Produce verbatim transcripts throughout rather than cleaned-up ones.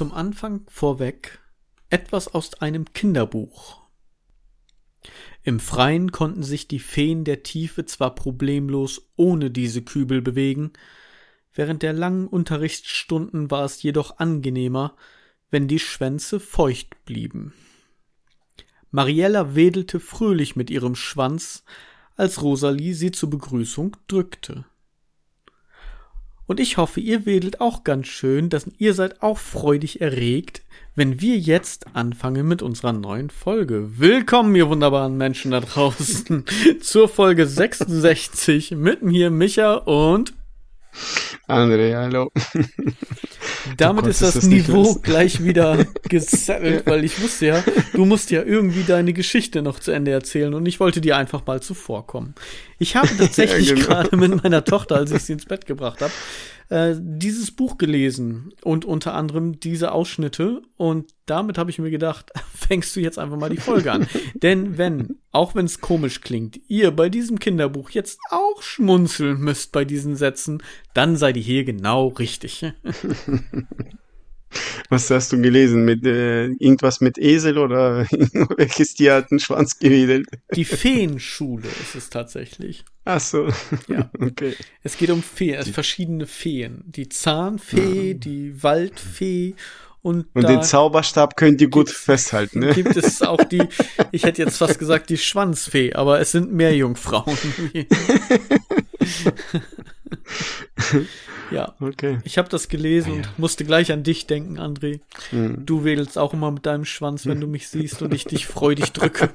Zum Anfang vorweg etwas aus einem Kinderbuch. Im Freien konnten sich die Feen der Tiefe zwar problemlos ohne diese Kübel bewegen, während der langen Unterrichtsstunden war es jedoch angenehmer, wenn die Schwänze feucht blieben. Mariella wedelte fröhlich mit ihrem Schwanz, als Rosalie sie zur Begrüßung drückte. Und ich hoffe, ihr wedelt auch ganz schön, dass ihr seid auch freudig erregt, wenn wir jetzt anfangen mit unserer neuen Folge. Willkommen, ihr wunderbaren Menschen da draußen, zur Folge sechsundsechzig mit mir, Micha und André, hallo. Damit ist das, das Niveau gleich wieder gesettelt, weil ich wusste ja, du musst ja irgendwie deine Geschichte noch zu Ende erzählen und ich wollte dir einfach mal zuvorkommen. Ich habe tatsächlich ja, genau. gerade mit meiner Tochter, als ich sie ins Bett gebracht habe, äh, dieses Buch gelesen und unter anderem diese Ausschnitte und damit habe ich mir gedacht, fängst du jetzt einfach mal die Folge an. Denn wenn, auch wenn es komisch klingt, ihr bei diesem Kinderbuch jetzt auch schmunzeln müsst bei diesen Sätzen, dann seid ihr hier genau richtig. Was hast du gelesen? Mit äh, irgendwas mit Esel oder welches Tier hat einen Schwanz gewedelt? Die Feenschule ist es tatsächlich. Ach so. Ja. Okay. Es geht um Feen, also verschiedene Feen. Die Zahnfee, ja. die Waldfee und Und den Zauberstab könnt ihr gut festhalten, ne? Gibt es auch die, ich hätte jetzt fast gesagt die Schwanzfee, aber es sind mehr Jungfrauen. Ja, okay. Ich habe das gelesen ja. und musste gleich an dich denken, André. Mhm. Du wedelst auch immer mit deinem Schwanz, wenn du mich siehst und ich dich freudig drücke.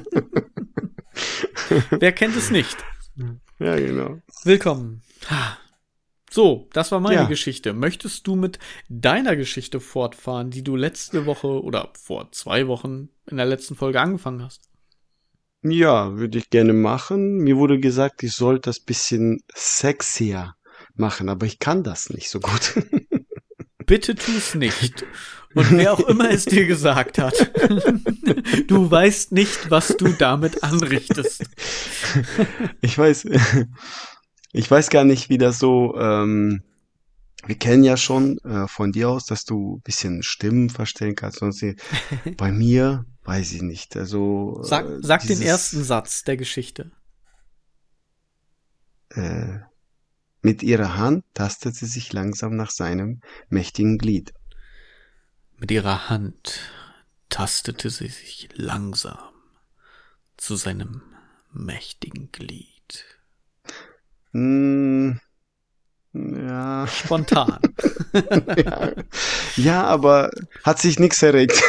Wer kennt es nicht? Ja, genau. Willkommen. So, das war meine ja. Geschichte. Möchtest du mit deiner Geschichte fortfahren, die du letzte Woche oder vor zwei Wochen in der letzten Folge angefangen hast? Ja, würde ich gerne machen. Mir wurde gesagt, ich soll das bisschen sexier machen, aber ich kann das nicht so gut. Bitte tu's nicht. Und wer auch immer es dir gesagt hat, du weißt nicht, was du damit anrichtest. Ich weiß, ich weiß gar nicht, wie das so, ähm, wir kennen ja schon äh, von dir aus, dass du ein bisschen Stimmen verstellen kannst. Sonst bei mir weiß ich nicht. Also Sag, sag dieses, den ersten Satz der Geschichte. Äh, Mit ihrer Hand tastet sie sich langsam nach seinem mächtigen Glied. Mit ihrer Hand tastete sie sich langsam zu seinem mächtigen Glied. Mm, ja. Spontan. ja. ja, aber hat sich nichts erregt.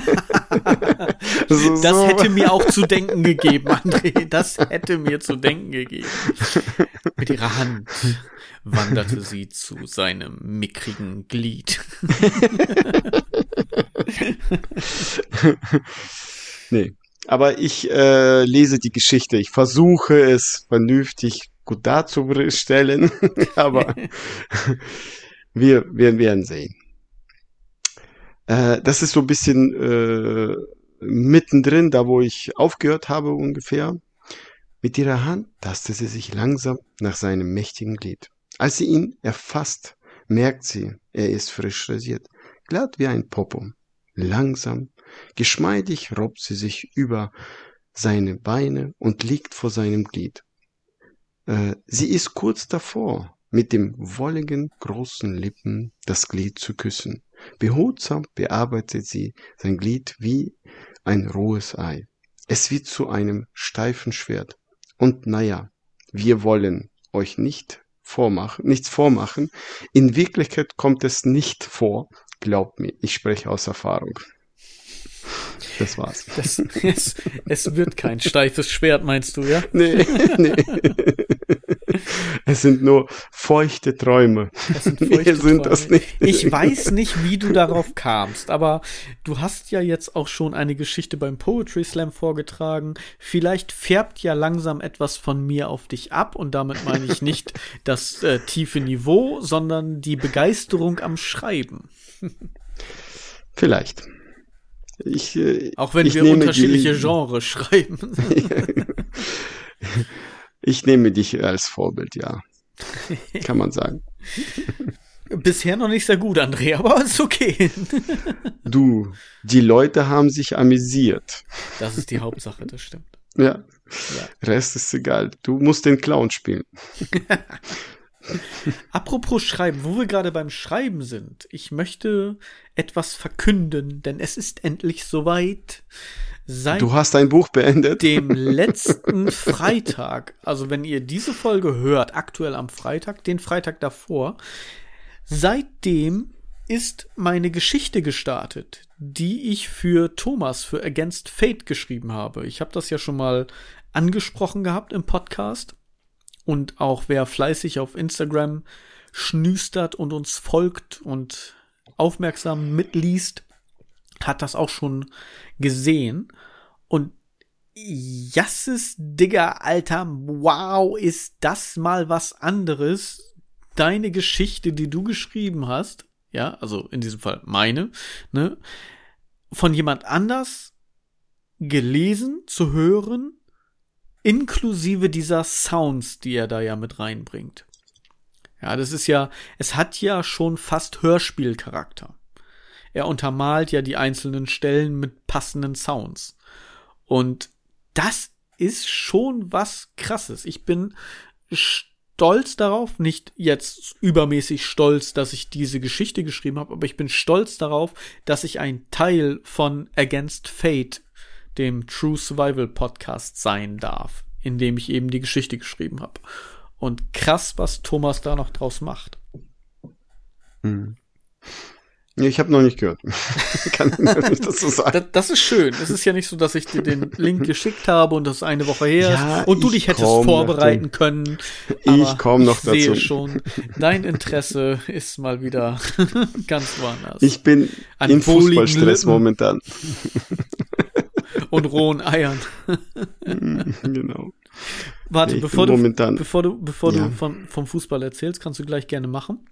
so, das so. hätte mir auch zu denken gegeben, André. Das hätte mir zu denken gegeben. Mit ihrer Hand wanderte sie zu seinem mickrigen Glied. Nee, aber ich äh, lese die Geschichte. Ich versuche es vernünftig gut darzustellen, aber wir, wir werden sehen. Äh, das ist so ein bisschen äh, mittendrin, da wo ich aufgehört habe ungefähr. Mit ihrer Hand tastet sie sich langsam nach seinem mächtigen Glied. Als sie ihn erfasst, merkt sie, er ist frisch rasiert, glatt wie ein Popo. Langsam, geschmeidig robbt sie sich über seine Beine und liegt vor seinem Glied. Äh, sie ist kurz davor, mit den wolligen, großen Lippen das Glied zu küssen. Behutsam bearbeitet sie sein Glied wie ein rohes Ei. Es wird zu einem steifen Schwert. Und naja, wir wollen euch nicht vormachen, nichts vormachen. In Wirklichkeit kommt es nicht vor. Glaubt mir, ich spreche aus Erfahrung. Das war's. Das, es, es wird kein steifes Schwert, meinst du, ja? Nee, nee. Es sind nur feuchte Träume. Das sind feuchte Mehr sind Träume. Das nicht. Ich weiß nicht, wie du darauf kamst, aber du hast ja jetzt auch schon eine Geschichte beim Poetry Slam vorgetragen. Vielleicht färbt ja langsam etwas von mir auf dich ab und damit meine ich nicht das äh, tiefe Niveau, sondern die Begeisterung am Schreiben. Vielleicht. Ich, äh, auch wenn ich wir unterschiedliche die, Genres schreiben. Ich nehme dich als Vorbild, ja. Kann man sagen. Bisher noch nicht sehr gut, André, aber ist okay. Du, die Leute haben sich amüsiert. Das ist die Hauptsache, das stimmt. Ja, Ja. Rest ist egal. Du musst den Clown spielen. Apropos Schreiben, wo wir gerade beim Schreiben sind. Ich möchte etwas verkünden, denn es ist endlich soweit. Seit Du hast dein Buch beendet. dem letzten Freitag, also wenn ihr diese Folge hört, aktuell am Freitag, den Freitag davor, seitdem ist meine Geschichte gestartet, die ich für Thomas, für Against Fate geschrieben habe. Ich habe das ja schon mal angesprochen gehabt im Podcast. Und auch wer fleißig auf Instagram schnüstert und uns folgt und aufmerksam mitliest, hat das auch schon gesehen. Und Jasses, Digga, Alter, wow, ist das mal was anderes. Deine Geschichte, die du geschrieben hast, ja, also in diesem Fall meine, ne, von jemand anders gelesen zu hören, inklusive dieser Sounds, die er da ja mit reinbringt. Ja, das ist ja, es hat ja schon fast Hörspielcharakter. Er untermalt ja die einzelnen Stellen mit passenden Sounds. Und das ist schon was Krasses. Ich bin stolz darauf, nicht jetzt übermäßig stolz, dass ich diese Geschichte geschrieben habe, aber ich bin stolz darauf, dass ich ein Teil von Against Fate, dem True Survival Podcast, sein darf, in dem ich eben die Geschichte geschrieben habe. Und krass, was Thomas da noch draus macht. Hm. Ich habe noch nicht gehört. Kann ich nicht dazu sagen. Das, das ist schön. Es ist ja nicht so, dass ich dir den Link geschickt habe und das ist eine Woche her Ja, und du dich hättest vorbereiten können. Ich komme noch dazu. Ich sehe schon, dein Interesse ist mal wieder ganz woanders. Ich bin An im wohligen Fußballstress Lippen momentan. und rohen Eiern. Genau. Warte, Nee, ich bevor bin du, momentan- bevor du, bevor Ja. du von, vom Fußball erzählst, kannst du gleich gerne machen.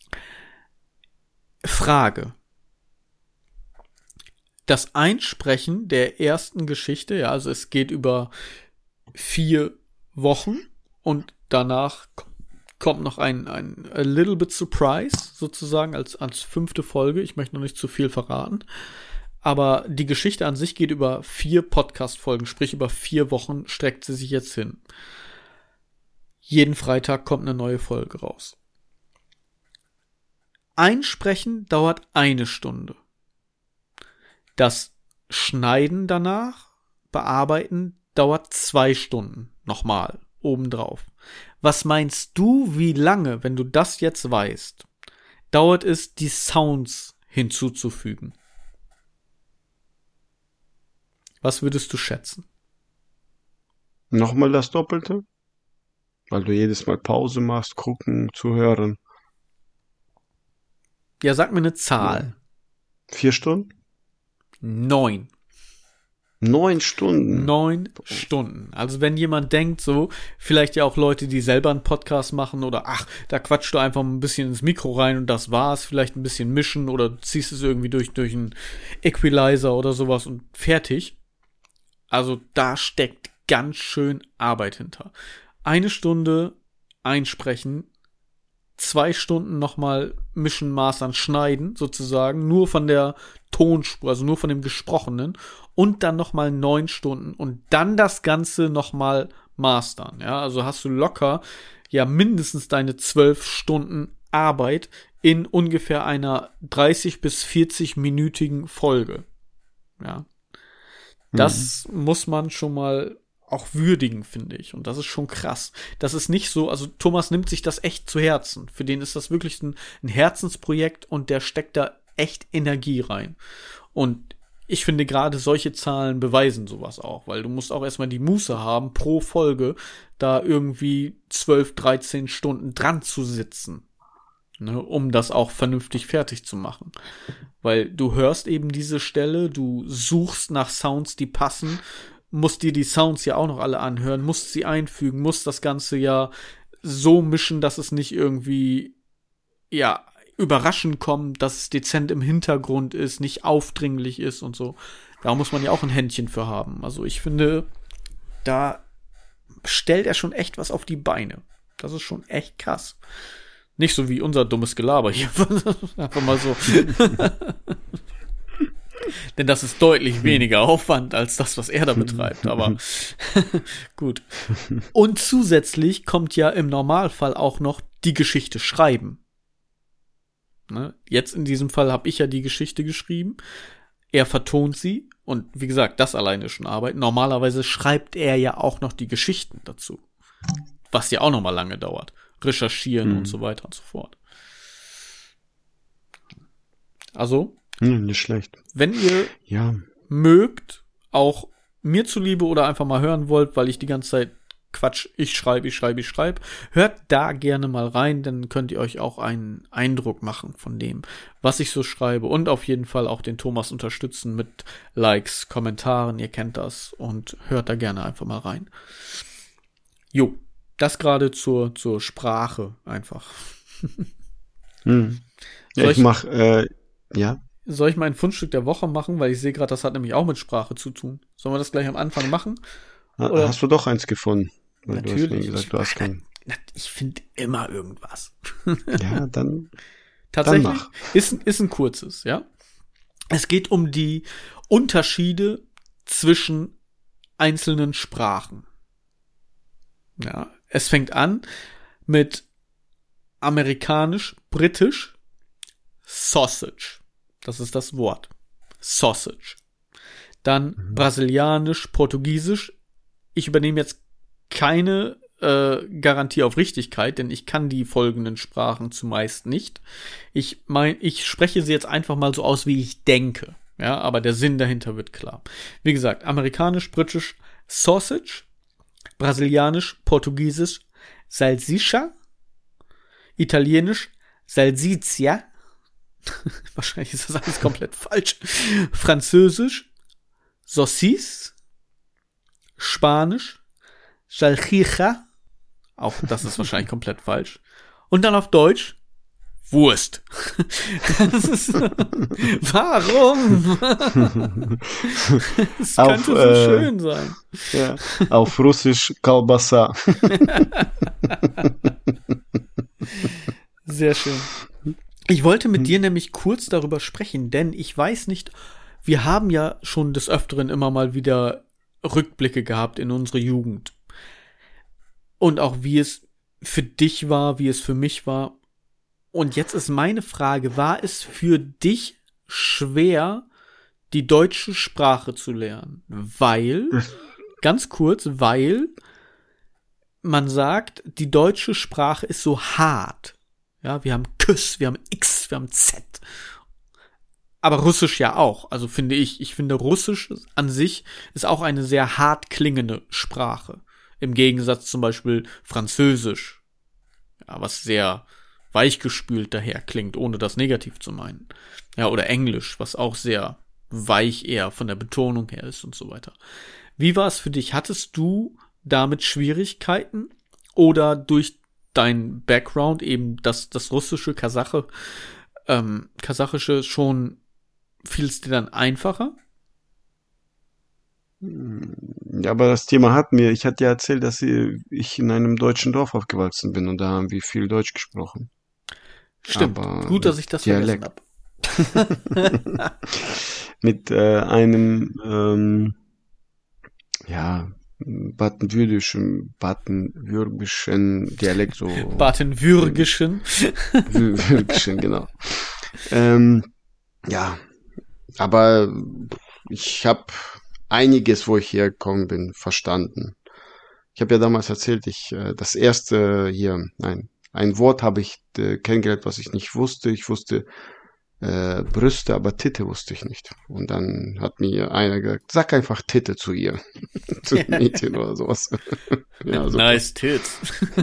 Frage. Das Einsprechen der ersten Geschichte, ja, also es geht über vier Wochen und danach k- kommt noch ein, ein a little bit surprise, sozusagen, als, als fünfte Folge. Ich möchte noch nicht zu viel verraten. Aber die Geschichte an sich geht über vier Podcast-Folgen, sprich über vier Wochen streckt sie sich jetzt hin. Jeden Freitag kommt eine neue Folge raus. Einsprechen dauert eine Stunde. Das Schneiden danach, Bearbeiten, dauert zwei Stunden. Nochmal, obendrauf. Was meinst du, wie lange, wenn du das jetzt weißt, dauert es, die Sounds hinzuzufügen? Was würdest du schätzen? Nochmal das Doppelte? Weil du jedes Mal Pause machst, gucken, zuhören. Ja, sag mir eine Zahl. Vier Stunden? Neun. Neun Stunden? Neun Stunden. Also wenn jemand denkt so, vielleicht ja auch Leute, die selber einen Podcast machen oder ach, da quatschst du einfach ein bisschen ins Mikro rein und das war's, vielleicht ein bisschen mischen oder ziehst es irgendwie durch, durch einen Equalizer oder sowas und fertig. Also da steckt ganz schön Arbeit hinter. Eine Stunde einsprechen, zwei Stunden nochmal mischen, mastern, schneiden, sozusagen, nur von der Tonspur, also nur von dem Gesprochenen und dann nochmal neun Stunden und dann das Ganze nochmal mastern, ja, also hast du locker ja mindestens deine zwölf Stunden Arbeit in ungefähr einer dreißig bis vierzig-minütigen Folge, ja. Das mhm. muss man schon mal auch würdigen, finde ich. Und das ist schon krass. Das ist nicht so, also Thomas nimmt sich das echt zu Herzen. Für den ist das wirklich ein, ein Herzensprojekt und der steckt da echt Energie rein. Und ich finde gerade solche Zahlen beweisen sowas auch, weil du musst auch erstmal die Muße haben, pro Folge da irgendwie zwölf, dreizehn Stunden dran zu sitzen, ne, um das auch vernünftig fertig zu machen. Weil du hörst eben diese Stelle, du suchst nach Sounds, die passen, musst dir die Sounds ja auch noch alle anhören, musst sie einfügen, musst das Ganze ja so mischen, dass es nicht irgendwie, ja, überraschend kommt, dass es dezent im Hintergrund ist, nicht aufdringlich ist und so. Da muss man ja auch ein Händchen für haben. Also ich finde, da stellt er schon echt was auf die Beine. Das ist schon echt krass. Nicht so wie unser dummes Gelaber hier. Einfach mal so. Denn das ist deutlich weniger Aufwand als das, was er da betreibt. Aber gut. Und zusätzlich kommt ja im Normalfall auch noch die Geschichte schreiben. Ne? Jetzt in diesem Fall habe ich ja die Geschichte geschrieben. Er vertont sie. Und wie gesagt, das alleine ist schon Arbeit. Normalerweise schreibt er ja auch noch die Geschichten dazu. Was ja auch noch mal lange dauert. Recherchieren mhm. und so weiter und so fort. Also, hm, nicht schlecht. Wenn ihr ja. mögt, auch mir zuliebe oder einfach mal hören wollt, weil ich die ganze Zeit Quatsch, ich schreibe, ich schreibe, ich schreibe, hört da gerne mal rein, dann könnt ihr euch auch einen Eindruck machen von dem, was ich so schreibe und auf jeden Fall auch den Thomas unterstützen mit Likes, Kommentaren, ihr kennt das und hört da gerne einfach mal rein. Jo, das gerade zur, zur Sprache einfach. hm. Ja, ich, ich mach, äh, ja. Soll ich mal ein Fundstück der Woche machen, weil ich sehe gerade, das hat nämlich auch mit Sprache zu tun. Sollen wir das gleich am Anfang machen? Oder? Hast du doch eins gefunden? Weil Natürlich. Du hast mir gesagt, du hast keinen. Ich finde immer irgendwas. Ja, dann. Tatsächlich dann mach. Ist, ist ein kurzes, ja. Es geht um die Unterschiede zwischen einzelnen Sprachen. Ja, es fängt an mit amerikanisch, britisch, Sausage. Das ist das Wort. Sausage. Dann mhm. brasilianisch, portugiesisch. Ich übernehme jetzt keine äh, Garantie auf Richtigkeit, denn ich kann die folgenden Sprachen zumeist nicht. Ich mein, ich spreche sie jetzt einfach mal so aus, wie ich denke. Ja, aber der Sinn dahinter wird klar. Wie gesagt, amerikanisch, britisch, Sausage, brasilianisch, portugiesisch, Salsicha, italienisch, Salsiccia. Wahrscheinlich ist das alles komplett falsch. Französisch, Saucisse, Spanisch, Salchicha, auch das ist wahrscheinlich komplett falsch. Und dann auf Deutsch, Wurst. Das ist, warum? Das auf, könnte so äh, schön sein. Ja, auf Russisch Kalbasa. Sehr schön. Ich wollte mit dir nämlich kurz darüber sprechen, denn ich weiß nicht, wir haben ja schon des Öfteren immer mal wieder Rückblicke gehabt in unsere Jugend. Und auch wie es für dich war, wie es für mich war. Und jetzt ist meine Frage, war es für dich schwer, die deutsche Sprache zu lernen? Weil, ganz kurz, weil man sagt, die deutsche Sprache ist so hart. Ja, wir haben Küss, wir haben X, wir haben Z. Aber Russisch ja auch. Also finde ich, ich finde Russisch an sich ist auch eine sehr hart klingende Sprache. Im Gegensatz zum Beispiel Französisch. Ja, was sehr weichgespült daher klingt, ohne das negativ zu meinen. Ja, oder Englisch, was auch sehr weich eher von der Betonung her ist und so weiter. Wie war es für dich? Hattest du damit Schwierigkeiten? Oder durch dein Background, eben das, das russische, Kasache, ähm, kasachische schon, fiel es dir dann einfacher? Ja, aber das Thema hatten wir. Ich hatte ja erzählt, dass ich in einem deutschen Dorf aufgewachsen bin und da haben wir viel Deutsch gesprochen. Stimmt, aber gut, dass ich das Dialekt. vergessen habe. Mit äh, einem, ähm, ja, baden-würgischen, baden-würgischen Dialekt, so. Baden-würgischen. Würgischen, genau. Ähm, ja, aber ich habe einiges, wo ich hergekommen bin, verstanden. Ich habe ja damals erzählt, ich äh, das erste hier, nein, ein Wort habe ich äh, kennengelernt, was ich nicht wusste. Ich wusste äh, Brüste, aber Titte wusste ich nicht. Und dann hat mir einer gesagt, sag einfach Titte zu ihr. Zu einem Mädchen oder sowas. Ja, nice tits.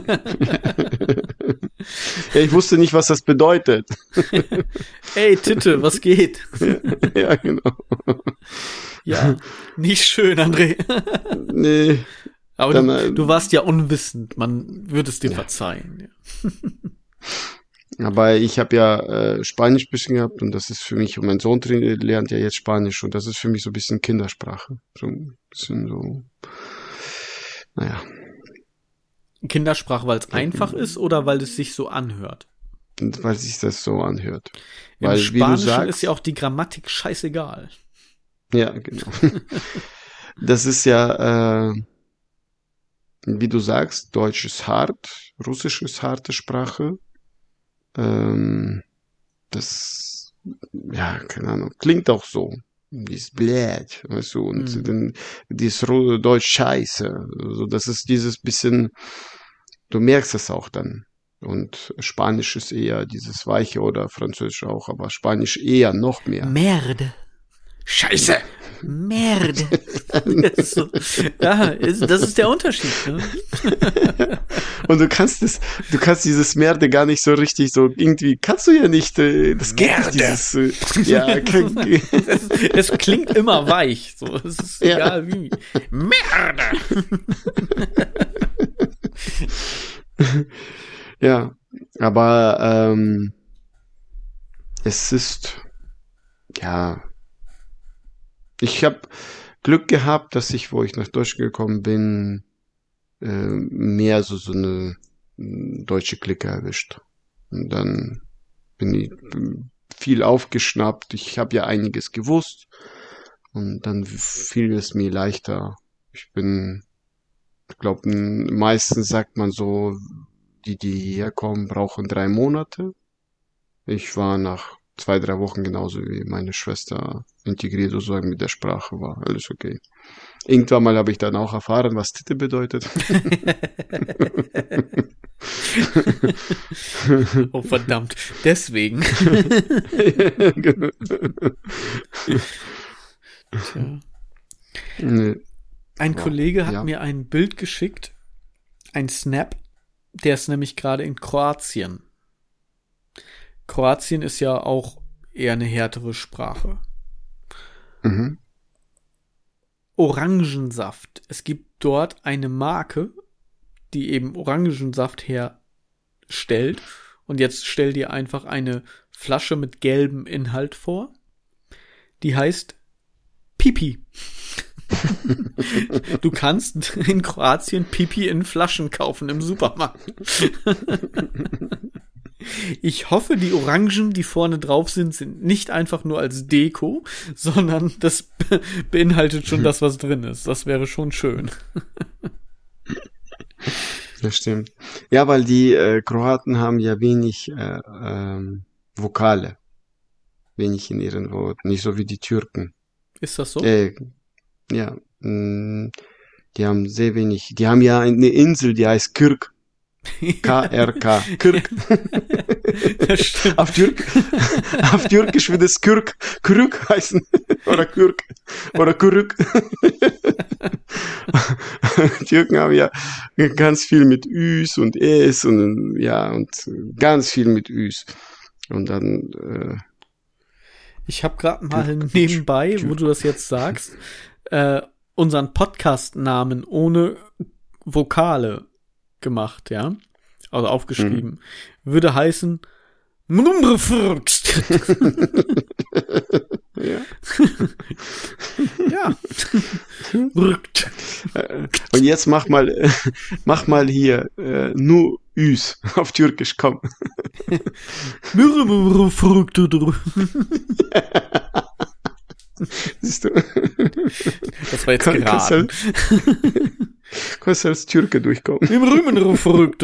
Ja, ich wusste nicht, was das bedeutet. Ey, Titte, was geht? Ja, ja, genau. Ja, nicht schön, André. Nee. Aber dann, du, du warst ja unwissend, man würde es dir ja verzeihen. Ja. Aber ich habe ja äh, Spanisch ein bisschen gehabt und das ist für mich, und mein Sohn lernt ja jetzt Spanisch und das ist für mich so ein bisschen Kindersprache. So ein bisschen so, naja. Kindersprache, weil es einfach ist oder weil es sich so anhört? weil sich das so anhört. Im Weil, wie du Spanischen sagst, ist ja auch die Grammatik scheißegal. ja, genau. Das ist ja, äh, wie du sagst, Deutsch ist hart, Russisch ist harte Sprache. Ähm, das, ja, keine Ahnung, klingt auch so. Dieses Blät, weißt du, und Mhm. dann dieses Ru- Deutsch scheiße. Also das ist dieses bisschen, du merkst es auch dann. Und Spanisch ist eher dieses Weiche oder Französisch auch, aber Spanisch eher noch mehr. Merde. Scheiße. Merde. Das ist so, ja, ist, das ist der Unterschied. Ne? Und du kannst es, du kannst dieses Merde gar nicht so richtig so irgendwie, kannst du ja nicht, äh, das geht Merde. nicht, dieses, äh, ja, kann, es, es klingt immer weich. So, es ist Ja. egal wie. Merde. ja, aber ähm, es ist, ja, ich habe Glück gehabt, dass ich, wo ich nach Deutschland gekommen bin, äh, mehr so so eine äh, deutsche Clique erwischt. Und dann bin ich bin viel aufgeschnappt. Ich habe ja einiges gewusst und dann fiel es mir leichter. Ich bin, ich glaube, meistens sagt man so, die, die hierher kommen, brauchen drei Monate. Ich war nach zwei, drei Wochen genauso wie meine Schwester integriert, sozusagen mit der Sprache, war alles okay. Irgendwann mal habe ich dann auch erfahren, was Titte bedeutet. Oh verdammt. Deswegen. Tja. Nee. Ein Ja, Kollege hat ja. mir ein Bild geschickt, ein Snap, der ist nämlich gerade in Kroatien. Kroatien ist ja auch eher eine härtere Sprache. Mhm. Orangensaft. Es gibt dort eine Marke, die eben Orangensaft herstellt. Und jetzt stell dir einfach eine Flasche mit gelbem Inhalt vor. Die heißt Pipi. Du kannst in Kroatien Pipi in Flaschen kaufen im Supermarkt. Ich hoffe, die Orangen, die vorne drauf sind, sind nicht einfach nur als Deko, sondern das be- beinhaltet schon das, was drin ist. Das wäre schon schön. Das stimmt. Ja, weil die äh, Kroaten haben ja wenig äh, ähm, Vokale. Wenig in ihren Worten. Nicht so wie die Türken. Ist das so? Äh, ja. Mh, die haben sehr wenig. Die haben ja eine Insel, die heißt Kürk. K R K. Kürk. Das stimmt. Auf, Türk, auf Türkisch würde es Kürk, Kürk heißen. Oder Kürk. Oder Kürk. Türken haben ja ganz viel mit Üs und Es und ja, und ganz viel mit Üs. Und dann, äh, Ich habe gerade mal nebenbei, wo du das jetzt sagst, äh, unseren Podcast-Namen ohne Vokale gemacht, ja? Also aufgeschrieben. Mhm. Würde heißen ja. Ja. Und jetzt mach mal, äh, mach mal hier äh, nur Üs auf Türkisch, komm. Siehst du? Das war jetzt Kann, kannst, geraten. halt, kannst als Türke durchkommen. Im Rümen verrückt.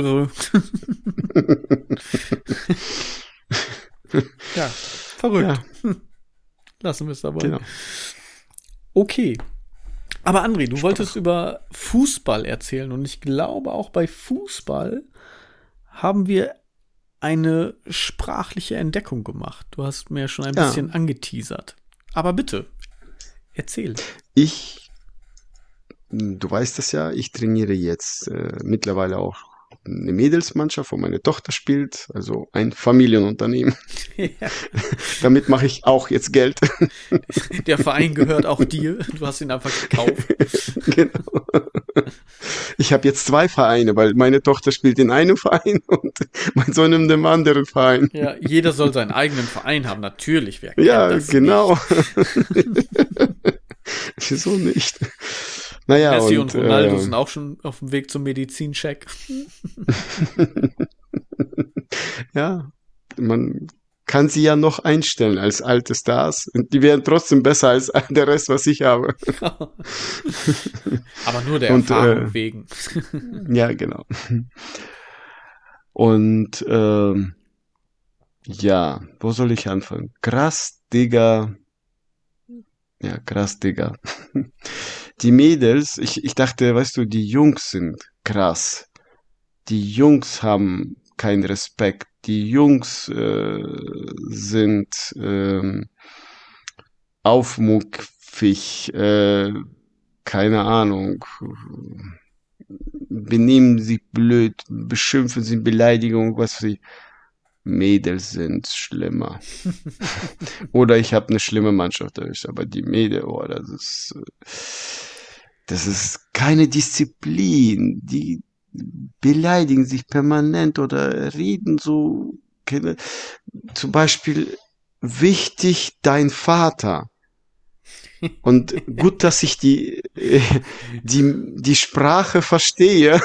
Ja, verrückt. Ja. Lassen wir es dabei. Genau. Okay. Aber André, du wolltest über Fußball erzählen und ich glaube auch bei Fußball haben wir eine sprachliche Entdeckung gemacht. Du hast mir schon ein Ja. bisschen angeteasert. Aber bitte, erzähl. Ich, du weißt das ja, ich trainiere jetzt äh, mittlerweile auch eine Mädelsmannschaft, wo meine Tochter spielt, also ein Familienunternehmen. Ja. Damit mache ich auch jetzt Geld. Der Verein gehört auch dir. Du hast ihn einfach gekauft. Genau. Ich habe jetzt zwei Vereine, weil meine Tochter spielt in einem Verein und mein Sohn in dem anderen Verein. Ja, jeder soll seinen eigenen Verein haben. Natürlich, wer kennt Ja, das genau. Wieso nicht? Naja, Messi und, und Ronaldo äh, sind auch schon auf dem Weg zum Medizincheck. ja, man kann sie ja noch einstellen als alte Stars. Und die wären trotzdem besser als der Rest, was ich habe. Aber nur der Und, Erfahrung äh, wegen. Ja, genau. Und ähm, ja, wo soll ich anfangen? Krass, Digga. Ja, krass, Digga. Die Mädels, ich, ich dachte, weißt du, die Jungs sind krass. Die Jungs haben keinen Respekt. Die Jungs äh, sind ähm, aufmuckfig, äh, keine Ahnung, benehmen sich blöd, beschimpfen sie, Beleidigung, was sie. Mädels sind schlimmer. Oder ich habe eine schlimme Mannschaft erwischt, aber die Mädels, oh, das ist, das ist keine Disziplin. Die beleidigen sich permanent oder reden so, keine, zum Beispiel, wichtig dein Vater. Und gut, dass ich die, die, die Sprache verstehe.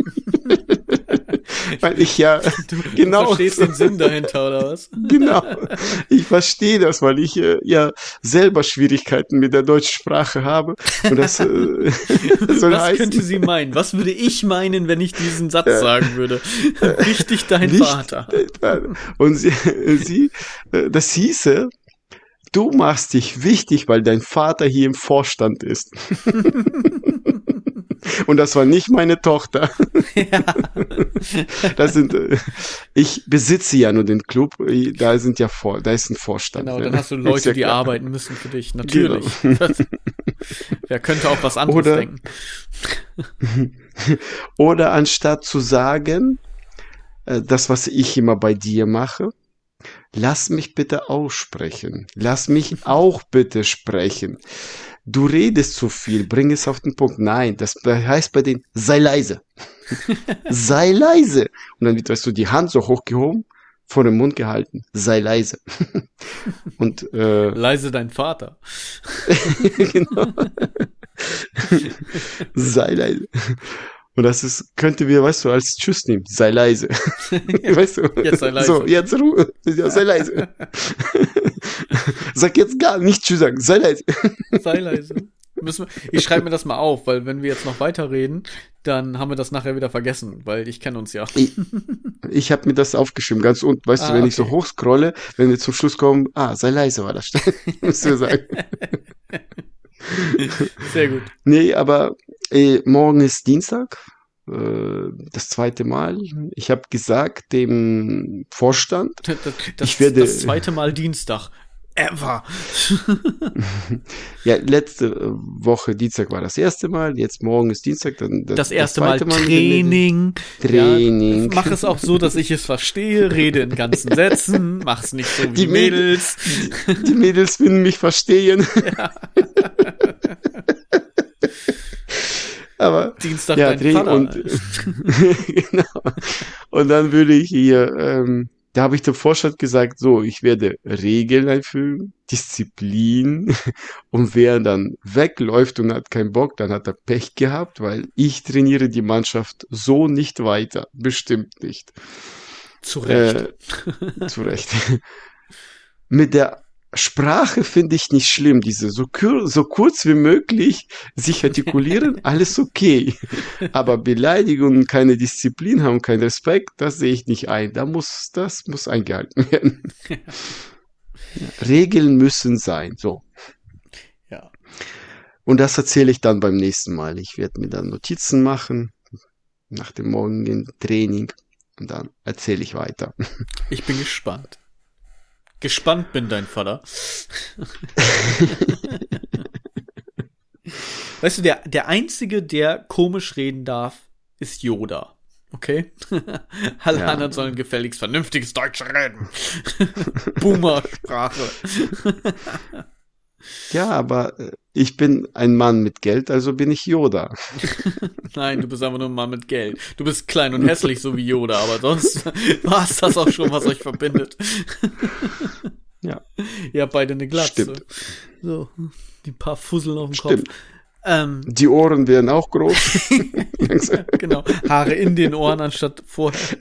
Weil ich ja, Du, genau. du verstehst den Sinn dahinter, oder was? Genau. Ich verstehe das, weil ich äh, ja selber Schwierigkeiten mit der deutschen Sprache habe. Und das äh, soll Was heißen, könnte sie meinen? Was würde ich meinen, wenn ich diesen Satz sagen würde? Wichtig dein nicht Vater. dein Vater. Und sie, sie, äh, das hieße, du machst dich wichtig, weil dein Vater hier im Vorstand ist. Und das war nicht meine Tochter. Ja. Das sind, äh, ich besitze ja nur den Club, da sind ja vor, da ist ein Vorstand. Genau, ne? dann hast du Ist Leute, ja die klar. arbeiten müssen für dich. Natürlich. Genau. Das, wer könnte auch was anderes Oder- denken? Oder anstatt zu sagen, äh, das, was ich immer bei dir mache, lass mich bitte aussprechen. Lass mich auch bitte sprechen. Du redest zu viel, bring es auf den Punkt. Nein, das heißt bei denen, sei leise. Sei leise. Und dann wird, weißt du, die Hand so hochgehoben, vor dem Mund gehalten. Sei leise. Und äh, Leise dein Vater. genau. Sei leise. Und das ist, könnte wir, weißt du, als Tschüss nehmen. Sei leise. Weißt du? Jetzt sei leise. So, jetzt Ruhe. Ja, sei leise. Sag jetzt gar nicht Tschüss sagen. Sei leise. Sei leise. Müssen wir, ich schreibe mir das mal auf, weil wenn wir jetzt noch weiterreden, dann haben wir das nachher wieder vergessen, weil ich kenne uns ja. Ich, ich habe mir das aufgeschrieben, ganz unten. Weißt Ah, du, wenn ich so okay. hochscrolle, wenn wir zum Schluss kommen, ah, sei leise war das. Musst du sagen. Sehr gut. Nee, aber äh, morgen ist Dienstag, äh, das zweite Mal. Ich habe gesagt dem Vorstand, Das, das, Ich werde- das zweite Mal Dienstag. Ever. ja, letzte äh, Woche Dienstag war das erste Mal, jetzt morgen ist Dienstag, dann Das erste Mal zweite mit dem Training. Training. Ja, mach es auch so, dass ich es verstehe. Rede in ganzen Sätzen. Mach's nicht so wie Die Mädels. Mädels. Die Mädels finden mich verstehen. Aber Dienstag ja, dein Training Vater. und genau. Und dann würde ich hier, ähm, da habe ich dem Vorstand gesagt, so, ich werde Regeln einfügen, Disziplin, und wer dann wegläuft und hat keinen Bock, dann hat er Pech gehabt, weil ich trainiere die Mannschaft so nicht weiter, bestimmt nicht. Zu Recht. Äh, zu Recht. Mit der Sprache finde ich nicht schlimm, diese so, kur so kurz wie möglich sich artikulieren, alles okay. Aber Beleidigungen, keine Disziplin haben, keinen Respekt, das sehe ich nicht ein. Da muss, das muss eingehalten werden. Ja, Regeln müssen sein, so. Ja. Und das erzähle ich dann beim nächsten Mal. Ich werde mir dann Notizen machen, nach dem morgigen Training, und dann erzähle ich weiter. Ich bin gespannt. Gespannt bin dein Vater. Weißt du, der, der Einzige, der komisch reden darf, ist Yoda. Okay? Alle Ja. anderen sollen gefälligst vernünftiges Deutsch reden. Boomer-Sprache. Ja, aber äh, ich bin ein Mann mit Geld, also bin ich Yoda. Nein, du bist einfach nur ein Mann mit Geld. Du bist klein und hässlich, so wie Yoda, aber sonst war es das auch schon, was euch verbindet. Ja, Ihr habt beide eine Glatze. Stimmt. So, die paar Fusseln auf dem Stimmt. Kopf. Ähm, Die Ohren werden auch groß. genau, Haare in den Ohren anstatt vorher.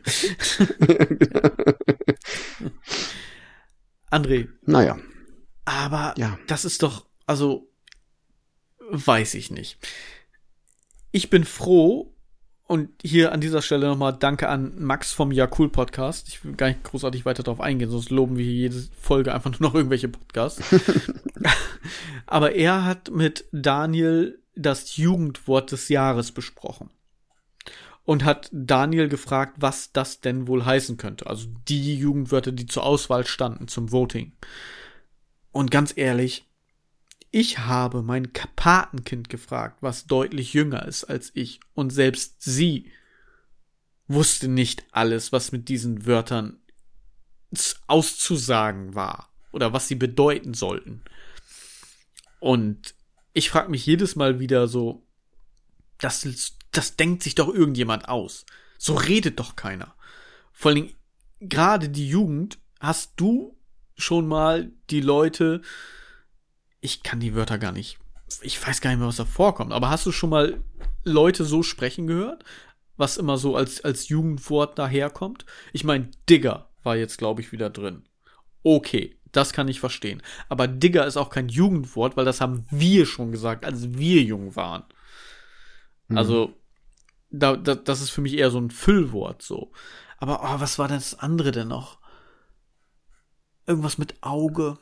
André. Naja. Aber ja. das ist doch, also, weiß ich nicht. Ich bin froh, und hier an dieser Stelle nochmal Danke an Max vom Ja Cool Podcast. Ich will gar nicht großartig weiter darauf eingehen, sonst loben wir hier jede Folge einfach nur noch irgendwelche Podcasts. Aber er hat mit Daniel das Jugendwort des Jahres besprochen. Und hat Daniel gefragt, was das denn wohl heißen könnte. Also die Jugendwörter, die zur Auswahl standen zum Voting. Und ganz ehrlich, ich habe mein Patenkind gefragt, was deutlich jünger ist als ich. Und selbst sie wusste nicht alles, was mit diesen Wörtern auszusagen war. Oder was sie bedeuten sollten. Und ich frage mich jedes Mal wieder so, das, das denkt sich doch irgendjemand aus. So redet doch keiner. Vor allem, gerade die Jugend, hast du schon mal die Leute, ich kann die Wörter gar nicht, ich weiß gar nicht mehr, was da vorkommt, aber hast du schon mal Leute so sprechen gehört, was immer so als, als Jugendwort daherkommt? Ich meine, Digger war jetzt, glaube ich, wieder drin. Okay, das kann ich verstehen. Aber Digger ist auch kein Jugendwort, weil das haben wir schon gesagt, als wir jung waren. Mhm. Also, da, da, das ist für mich eher so ein Füllwort, so. Aber, oh, was war das andere denn noch? Irgendwas mit Auge.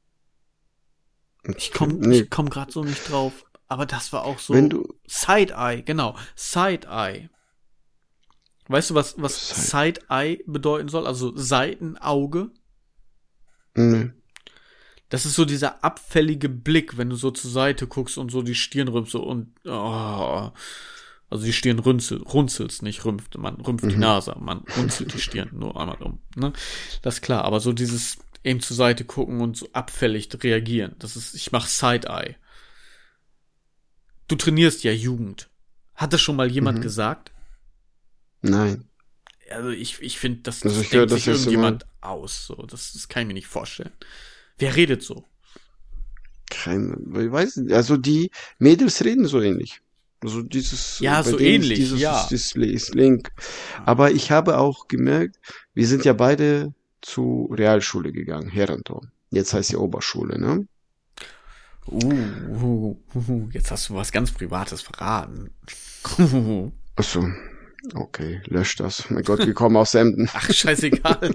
Ich komme nee. ich komm gerade so nicht drauf. Aber das war auch so. Wenn du Side-Eye, genau. Side-Eye. Weißt du, was, was Side-Eye bedeuten soll? Also Seitenauge? Nee. Das ist so dieser abfällige Blick, wenn du so zur Seite guckst und so die Stirn rümpst und oh, also die Stirn runzel, runzelst, nicht rümpft. Man rümpft mhm. die Nase, man runzelt die Stirn nur einmal um. Ne? Das ist klar, aber so dieses eben zur Seite gucken und so abfällig reagieren. Das ist, ich mach Side-Eye. Du trainierst ja Jugend. Hat das schon mal jemand mhm. gesagt? Nein. Also ich, ich finde, das, also das ich denkt höre, sich irgendjemand aus. So. Das, das kann ich mir nicht vorstellen. Wer redet so? Kein, ich weiß nicht. Also die Mädels reden so ähnlich. Also dieses, ja, so ähnlich, dieses, ja. Dieses Link. Aber ich habe auch gemerkt, wir sind ja beide zu Realschule gegangen, Herrentor. Jetzt heißt sie Oberschule, ne? Uh, uh, uh, jetzt hast du was ganz Privates verraten. Achso, okay, lösch das. Mein Gott, wir kommen aus Emden. Ach, scheißegal.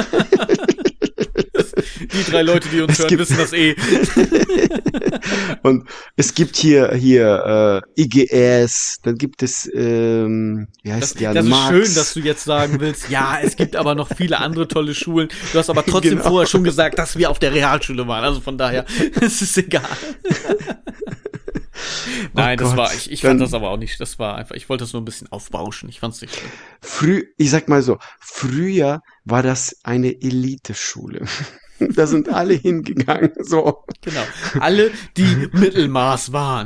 Die drei Leute, die uns es hören, gibt, wissen das eh. Und es gibt hier hier äh, I G S, dann gibt es ähm, wie heißt das, der das Max. ist schön, dass du jetzt sagen willst, ja, es gibt aber noch viele andere tolle Schulen. Du hast aber trotzdem genau. vorher schon gesagt, dass wir auf der Realschule waren. Also von daher, es ist egal. Nein, oh das Gott. war, ich, ich fand dann, das aber auch nicht, das war einfach, ich wollte das nur ein bisschen aufbauschen, ich fand's nicht schön. Früh, ich sag mal so, früher war das eine Eliteschule. Da sind alle hingegangen, so. Genau, alle, die Mittelmaß waren.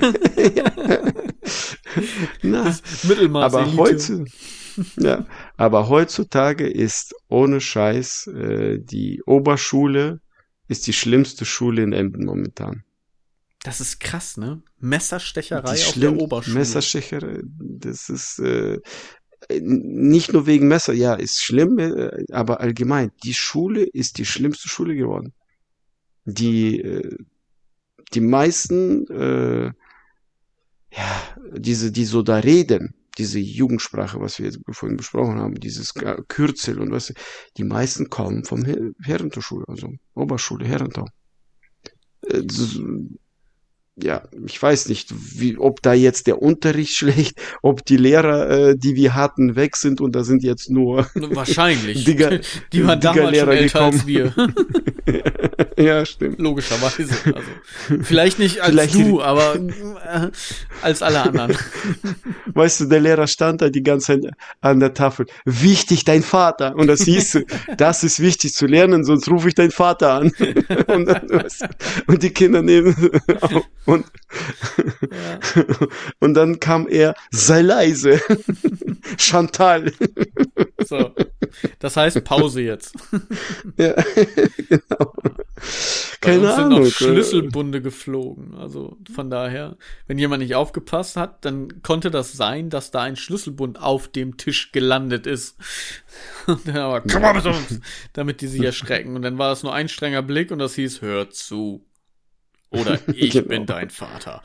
Na, das Mittelmaß aber, heutzu, ja, aber heutzutage ist ohne Scheiß äh, die Oberschule ist die schlimmste Schule in Emden momentan. Das ist krass, ne? Messerstecherei die auf schlimm, der Oberschule. Messerstecherei, das ist äh, nicht nur wegen Messer, ja, ist schlimm, äh, aber allgemein, die Schule ist die schlimmste Schule geworden. Die äh, die meisten äh, ja, diese, die so da reden, diese Jugendsprache, was wir jetzt vorhin besprochen haben, dieses Kürzel und was, die meisten kommen vom Her- Herrentorschule, also Oberschule, Herrentor. Äh, ja, ich weiß nicht, wie, ob da jetzt der Unterricht schlecht, ob die Lehrer, äh, die wir hatten, weg sind und da sind jetzt nur wahrscheinlich Digger, die waren damals schon älter gekommen. Als wir. Ja, stimmt. Logischerweise. Also, vielleicht nicht als vielleicht du, aber äh, als alle anderen. Weißt du, der Lehrer stand da die ganze Zeit an der Tafel. Wichtig, dein Vater. Und das hieß, das ist wichtig zu lernen, sonst rufe ich deinen Vater an. Und, dann, und die Kinder nehmen und, ja. Und dann kam er, sei leise. Chantal. So. Das heißt Pause jetzt. Ja, genau. Bei Keine uns sind Ahnung. noch Schlüsselbunde geflogen. Also von daher, wenn jemand nicht aufgepasst hat, dann konnte das sein, dass da ein Schlüsselbund auf dem Tisch gelandet ist. Und dann aber, komm mal mit uns, damit die sich erschrecken. Und dann war das nur ein strenger Blick und das hieß, hör zu. Oder ich Genau. bin dein Vater.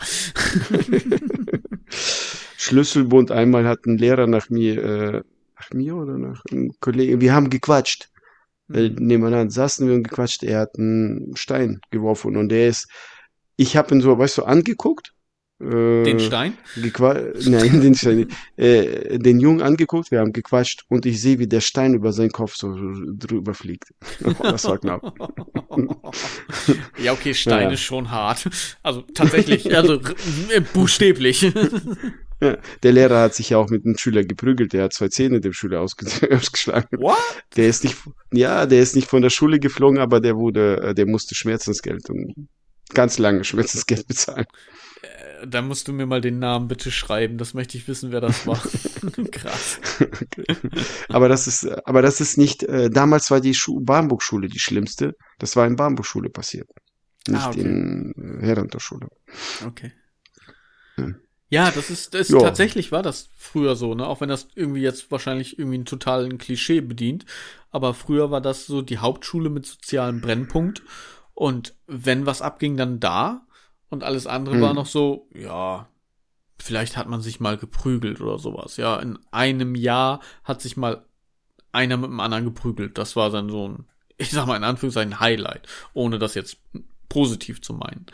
Schlüsselbund, einmal hat ein Lehrer nach mir, äh, nach mir oder nach einem Kollegen, wir haben gequatscht. Äh, nebeneinander saßen wir und gequatscht, er hat einen Stein geworfen und der ist, ich habe ihn so, weißt du, angeguckt. Äh, Den Stein? Gequa- Nein, den Stein nicht. Äh, den Jungen angeguckt, wir haben gequatscht und ich sehe, wie der Stein über seinen Kopf so drüber fliegt. Oh, das war knapp. Ja, okay, Stein Ja. ist schon hart. Also tatsächlich, also r- buchstäblich. Ja, der Lehrer hat sich ja auch mit einem Schüler geprügelt, der hat zwei Zähne dem Schüler ausge- ausgeschlagen. What? Der ist nicht, ja, der ist nicht von der Schule geflogen, aber der wurde, äh, der musste Schmerzensgeld und ganz lange Schmerzensgeld bezahlen. Äh, Da musst du mir mal den Namen bitte schreiben. Das möchte ich wissen, wer das war. Krass. Okay. Aber das ist, aber das ist nicht, äh, damals war die Schu- Barmbek-Schule die schlimmste. Das war in Barmbek-Schule passiert. Nicht Ah, okay. in äh, Herrentor-Schule. Okay. Ja. Ja, das ist, das Ja. tatsächlich war das früher so, ne? Auch wenn das irgendwie jetzt wahrscheinlich irgendwie einen totalen Klischee bedient. Aber früher war das so die Hauptschule mit sozialem Brennpunkt. Und wenn was abging, dann da. Und alles andere Hm. war noch so, ja, vielleicht hat man sich mal geprügelt oder sowas. Ja, in einem Jahr hat sich mal einer mit dem anderen geprügelt. Das war dann so ein, ich sag mal in Anführungszeichen, Highlight. Ohne das jetzt positiv zu meinen.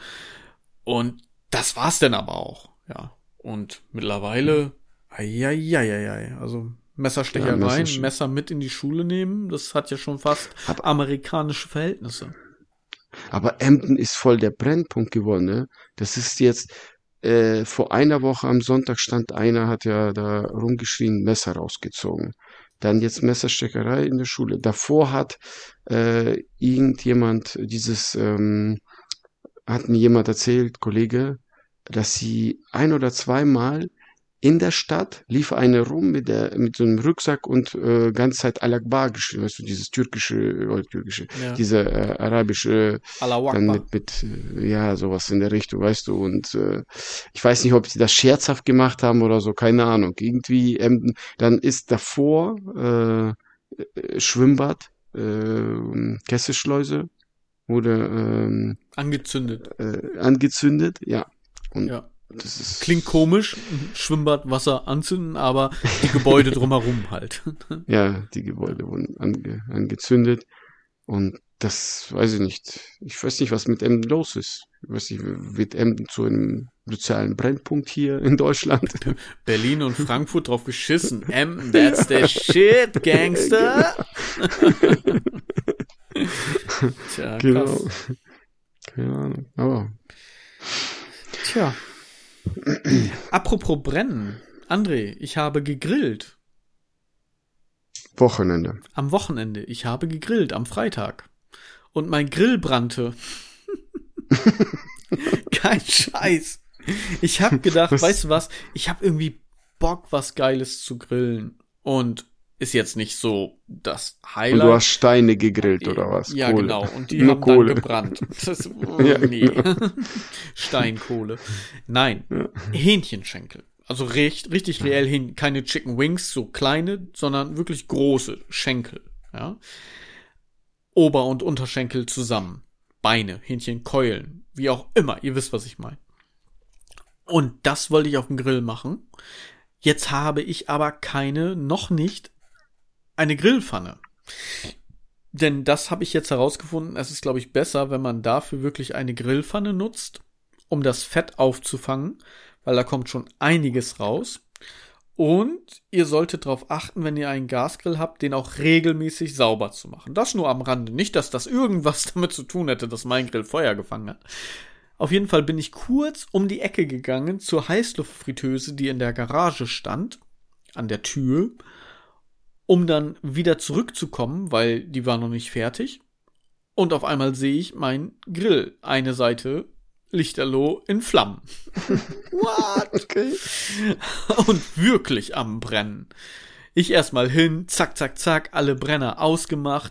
Und das war's dann aber auch, ja. Und mittlerweile, eieieiei, also Messerstechereien, Ja, Messerste- Messer mit in die Schule nehmen, das hat ja schon fast Aber- amerikanische Verhältnisse. Aber Emden ist voll der Brennpunkt geworden, ne? Das ist jetzt, äh, vor einer Woche am Sonntag stand einer, hat ja da rumgeschrien, Messer rausgezogen. Dann jetzt Messerstecherei in der Schule. Davor hat äh, irgendjemand dieses, ähm, hat mir jemand erzählt, Kollege, dass sie ein oder zweimal in der Stadt lief eine rum mit der mit so einem Rucksack und äh, ganze Zeit Al-Akbar geschrieben, weißt du, dieses türkische, äh, türkische, Ja. diese äh, arabische, Allahu dann Akbar. mit, mit, äh, ja, sowas in der Richtung, weißt du, und äh, ich weiß nicht, ob sie das scherzhaft gemacht haben oder so, keine Ahnung, irgendwie, ähm, dann ist davor äh, äh, Schwimmbad, äh, Kesselschleuse wurde ähm, Angezündet. äh, angezündet, ja, und Ja. das ist, Klingt komisch, Schwimmbad, Wasser anzünden, aber die Gebäude drumherum halt. ja, die Gebäude wurden ange, angezündet und das weiß ich nicht. Ich weiß nicht, was mit Emden los ist. Ich weiß nicht, wird Emden zu einem sozialen Brennpunkt hier in Deutschland? Berlin und Frankfurt drauf geschissen. M, that's the shit, Gangster. Tja, Genau. krass. Keine Ahnung. Aber Tja. Apropos brennen. André, ich habe gegrillt. Wochenende. Am Wochenende. Ich habe gegrillt am Freitag. Und mein Grill brannte. Kein Scheiß. Ich habe gedacht, Was? weißt du was? Ich habe irgendwie Bock, was Geiles zu grillen. Und ist jetzt nicht so das Und Highlight. du hast Steine gegrillt oder was? Ja, Kohle. genau. Und die Nur haben Kohle. dann gebrannt. Das, oh, Ja, nee. genau. Steinkohle. Nein, Hähnchenschenkel. Also recht, richtig reell hin, keine Chicken Wings, so kleine, sondern wirklich große Schenkel. Ja. Ober- und Unterschenkel zusammen. Beine, Hähnchenkeulen, wie auch immer. Ihr wisst, was ich meine. Und das wollte ich auf dem Grill machen. Jetzt habe ich aber keine, noch nicht, eine Grillpfanne. Denn das habe ich jetzt herausgefunden, es ist, glaube ich, besser, wenn man dafür wirklich eine Grillpfanne nutzt, um das Fett aufzufangen, weil da kommt schon einiges raus. Und ihr solltet darauf achten, wenn ihr einen Gasgrill habt, den auch regelmäßig sauber zu machen. Das nur am Rande. Nicht, dass das irgendwas damit zu tun hätte, dass mein Grill Feuer gefangen hat. Auf jeden Fall bin ich kurz um die Ecke gegangen zur Heißluftfritteuse, die in der Garage stand, an der Tür, um dann wieder zurückzukommen, weil die war noch nicht fertig. Und auf einmal sehe ich mein Grill. Eine Seite lichterloh in Flammen. What? Okay. Und wirklich am Brennen. Ich erstmal hin, zack, zack, zack, alle Brenner ausgemacht,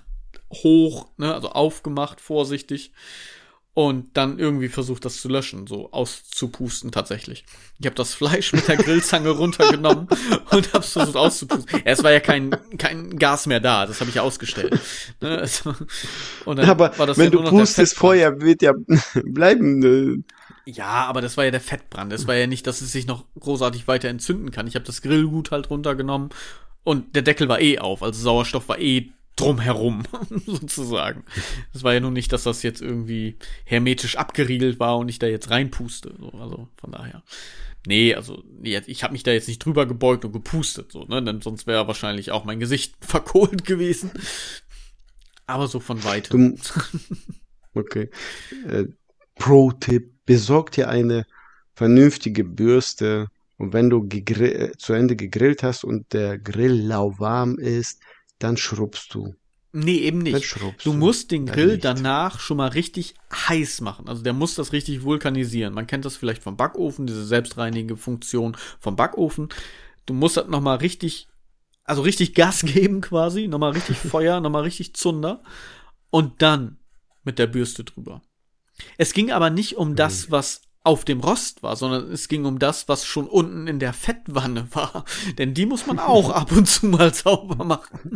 hoch, ne, also aufgemacht, vorsichtig. Und dann irgendwie versucht, das zu löschen, so auszupusten tatsächlich. Ich habe das Fleisch mit der Grillzange runtergenommen und habe es versucht auszupusten. Ja, es war ja kein kein Gas mehr da, das habe ich ja ausgestellt. Ne? Also, und dann aber war das wenn ja du pustest, Feuer wird ja bleiben. Äh. Ja, aber das war ja der Fettbrand. Das war ja nicht, dass es sich noch großartig weiter entzünden kann. Ich habe das Grillgut halt runtergenommen und der Deckel war eh auf, also Sauerstoff war eh drumherum, sozusagen. Das war ja nun nicht, dass das jetzt irgendwie hermetisch abgeriegelt war und ich da jetzt reinpuste. So, also von daher. Nee, also ich habe mich da jetzt nicht drüber gebeugt und gepustet, so, ne? Denn sonst wäre wahrscheinlich auch mein Gesicht verkohlt gewesen. Aber so von weitem. Okay. Äh, Pro-Tipp, besorg dir eine vernünftige Bürste und wenn du gegr- zu Ende gegrillt hast und der Grill lauwarm ist, dann schrubbst du. Nee, eben nicht. Du, du musst den Grill nicht. danach schon mal richtig heiß machen. Also der muss das richtig vulkanisieren. Man kennt das vielleicht vom Backofen, diese selbstreinigende Funktion vom Backofen. Du musst das nochmal richtig, also richtig Gas geben quasi, nochmal richtig Feuer, nochmal richtig Zunder und dann mit der Bürste drüber. Es ging aber nicht um das, was auf dem Rost war, sondern es ging um das, was schon unten in der Fettwanne war. Denn die muss man auch ab und zu mal sauber machen.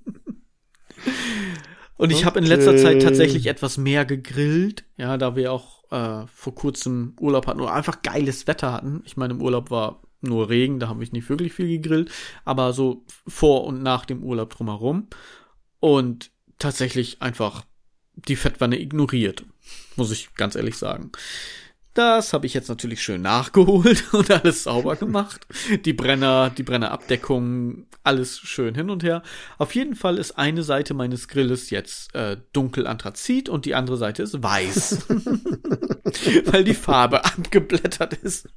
Und ich habe in letzter Zeit tatsächlich etwas mehr gegrillt, ja, da wir auch äh, vor kurzem Urlaub hatten oder einfach geiles Wetter hatten. Ich meine, im Urlaub war nur Regen, da habe ich nicht wirklich viel gegrillt, aber so vor und nach dem Urlaub drumherum und tatsächlich einfach die Fettwanne ignoriert, muss ich ganz ehrlich sagen. Das habe ich jetzt natürlich schön nachgeholt und alles sauber gemacht. Die Brenner, die Brennerabdeckung, alles schön hin und her. Auf jeden Fall ist eine Seite meines Grilles jetzt äh, dunkel Anthrazit und die andere Seite ist weiß. Weil die Farbe abgeblättert ist.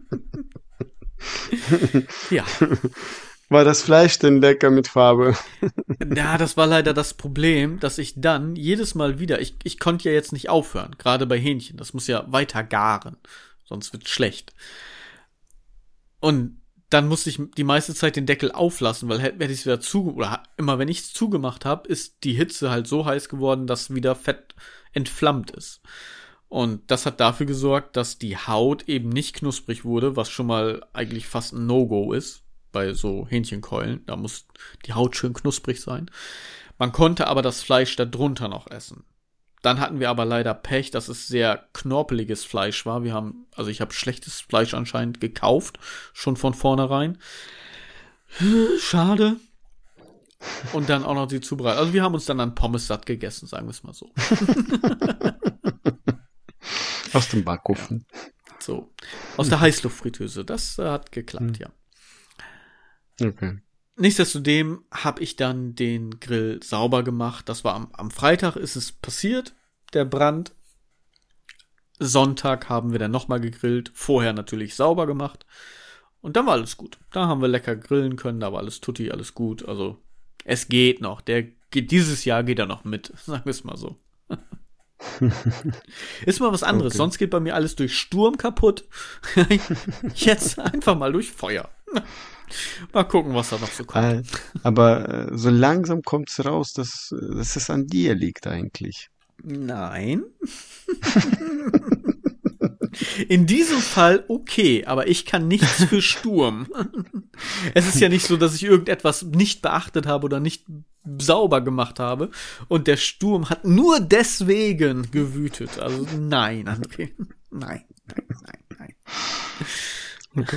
Ja. War das Fleisch denn lecker mit Farbe? Ja, das war leider das Problem, dass ich dann jedes Mal wieder, ich, ich konnte ja jetzt nicht aufhören, gerade bei Hähnchen, das muss ja weiter garen, sonst wird's schlecht. Und dann musste ich die meiste Zeit den Deckel auflassen, weil hätte ich es wieder zu, oder immer wenn ich es zugemacht habe, ist die Hitze halt so heiß geworden, dass wieder Fett entflammt ist. Und das hat dafür gesorgt, dass die Haut eben nicht knusprig wurde, was schon mal eigentlich fast ein No-Go ist. Bei so Hähnchenkeulen, da muss die Haut schön knusprig sein. Man konnte aber das Fleisch da drunter noch essen. Dann hatten wir aber leider Pech, dass es sehr knorpeliges Fleisch war. Wir haben, also ich habe schlechtes Fleisch anscheinend gekauft, schon von vornherein. Schade. Und dann auch noch die Zubereitung. Also wir haben uns dann an Pommes satt gegessen, sagen wir es mal so. Aus dem Backofen. So, aus der Heißluftfritteuse. Das äh, hat geklappt, hm. ja. Okay. Nichtsdestowem habe ich dann den Grill sauber gemacht. Das war am, am Freitag ist es passiert, der Brand. Sonntag haben wir dann nochmal gegrillt. Vorher natürlich sauber gemacht. Und dann war alles gut. Da haben wir lecker grillen können. Da war alles tutti, alles gut. Also es geht noch. Der geht, dieses Jahr geht er noch mit. Sagen wir es mal so. Ist mal was anderes. Okay. Sonst geht bei mir alles durch Sturm kaputt. Jetzt einfach mal durch Feuer. Mal gucken, was da noch so kommt. Aber äh, so langsam kommt es raus, dass, dass es an dir liegt eigentlich. Nein. In diesem Fall okay, aber ich kann nichts für Sturm. Es ist ja nicht so, dass ich irgendetwas nicht beachtet habe oder nicht sauber gemacht habe und der Sturm hat nur deswegen gewütet. Also nein, André. Nein, nein, nein, nein. Okay.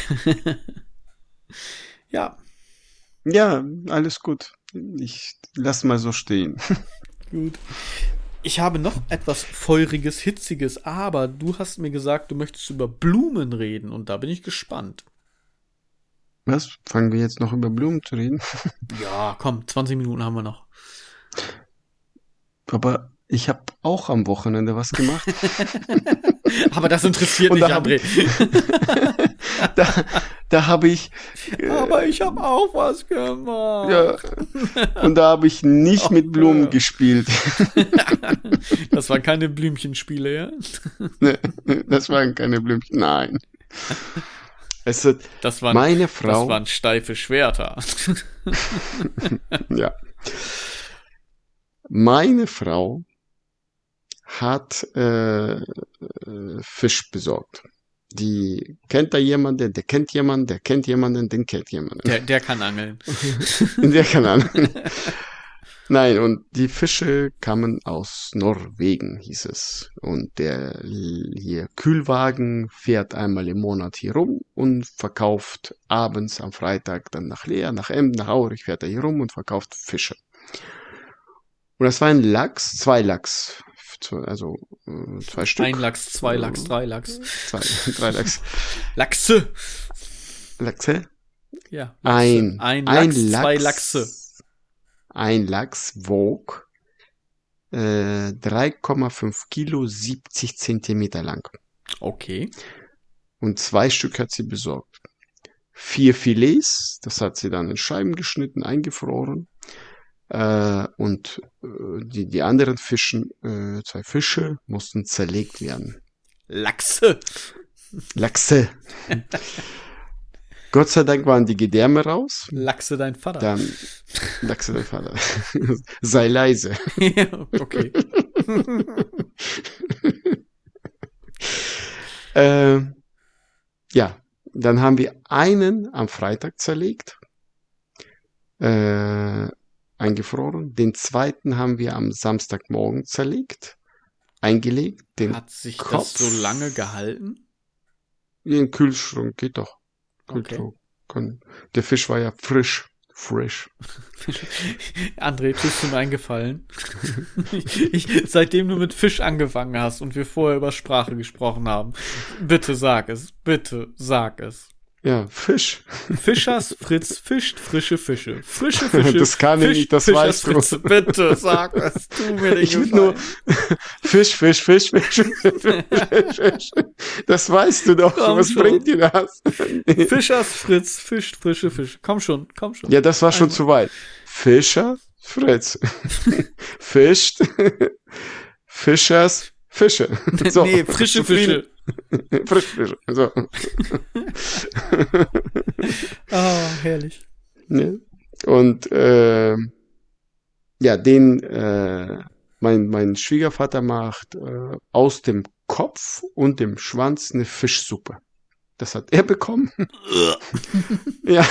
Ja. Ja, alles gut. Ich lass mal so stehen. Gut. Ich habe noch etwas Feuriges, Hitziges, aber du hast mir gesagt, du möchtest über Blumen reden und da bin ich gespannt. Was? Fangen wir jetzt noch über Blumen zu reden? Ja, komm, zwanzig Minuten haben wir noch. Aber ich habe auch am Wochenende was gemacht. Aber das interessiert nicht, André. da da habe ich... Äh, Aber ich habe auch was gemacht. Ja, und da habe ich nicht Ach, mit Blumen ja. gespielt. Das waren keine Blümchenspiele, ja? Nee, das waren keine Blümchen, nein. Es hat das waren, meine Frau... Das waren steife Schwerter. Ja. Meine Frau hat äh, äh, Fisch besorgt. Die kennt da jemanden, der kennt jemanden, der kennt jemanden, den kennt jemanden. Der, der kann angeln. Der kann angeln. Nein, und die Fische kamen aus Norwegen, hieß es. Und der hier Kühlwagen fährt einmal im Monat hier rum und verkauft abends am Freitag dann nach Leer, nach Emden, nach Aurich fährt er hier rum und verkauft Fische. Und das war ein Lachs, zwei Lachs, also äh, zwei Stück. Ein Lachs, zwei Lachs, drei Lachs. Zwei, drei Lachs. Lachse. Lachse? Ja. Lachse. Ein, ein ein Lachs, Lachs, zwei Lachse. Ein Lachs wog äh, drei Komma fünf Kilo, siebzig Zentimeter lang. Okay. Und zwei Stück hat sie besorgt. Vier Filets, das hat sie dann in Scheiben geschnitten, eingefroren. Äh, und äh, die, die anderen Fischen, äh, zwei Fische, mussten zerlegt werden. Lachse. Lachse. Gott sei Dank waren die Gedärme raus. Lachse dein Vater. Dann Lachse dein Vater. Sei leise. Okay. äh, ja, dann haben wir einen am Freitag zerlegt. Äh, eingefroren. Den zweiten haben wir am Samstagmorgen zerlegt, eingelegt. Den Hat sich Kopf, das so lange gehalten? in den Kühlschrank, geht doch. Okay. Kann, der Fisch war ja frisch. Frisch. André, tust du mir einen Gefallen? ich, ich, seitdem du mit Fisch angefangen hast und wir vorher über Sprache gesprochen haben, bitte sag es, bitte sag es. Ja, Fisch. Fischers Fritz fischt frische Fische. Frische Fische. Das kann ich nicht, das Fischers weißt du. Fritz, bitte sag es, tu mir den Ich will Gefallen. nur Fisch, Fisch, Fisch, Fisch, Fisch, Fisch. Das weißt du doch. Komm Was schon. bringt dir das? Fischers Fritz fischt frische Fische. Komm schon, komm schon. Ja, das war schon Einmal. zu weit. Fischer, Fritz. Fischt. Fischers, Fische. So. Nee, frische Fische. Frische Fische. So. Ah, herrlich. Ne? Und äh, ja, den äh, mein mein Schwiegervater macht äh, aus dem Kopf und dem Schwanz eine Fischsuppe. Das hat er bekommen. Ja,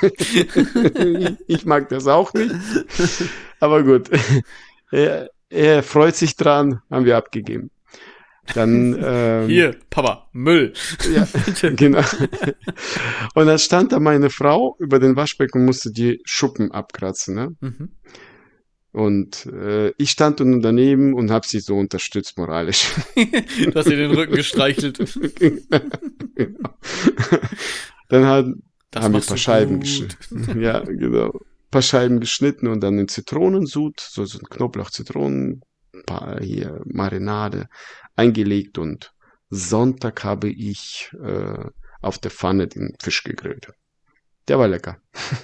ich mag das auch nicht. Aber gut, er, er freut sich dran, haben wir abgegeben. Dann ähm, Hier, Papa, Müll. ja, genau. Und dann stand da meine Frau über den Waschbecken und musste die Schuppen abkratzen, ne? Mhm. Und äh, ich stand nun daneben und habe sie so unterstützt moralisch. Du hast ihr den Rücken gestreichelt. Genau. Dann hat, Das haben wir ein machst paar du Scheiben gut. geschnitten. Ja, genau. Ein paar Scheiben geschnitten und dann in Zitronensud, so, so ein Knoblauch-Zitronen, ein paar hier Marinade eingelegt und Sonntag habe ich äh, auf der Pfanne den Fisch gegrillt. Der war lecker.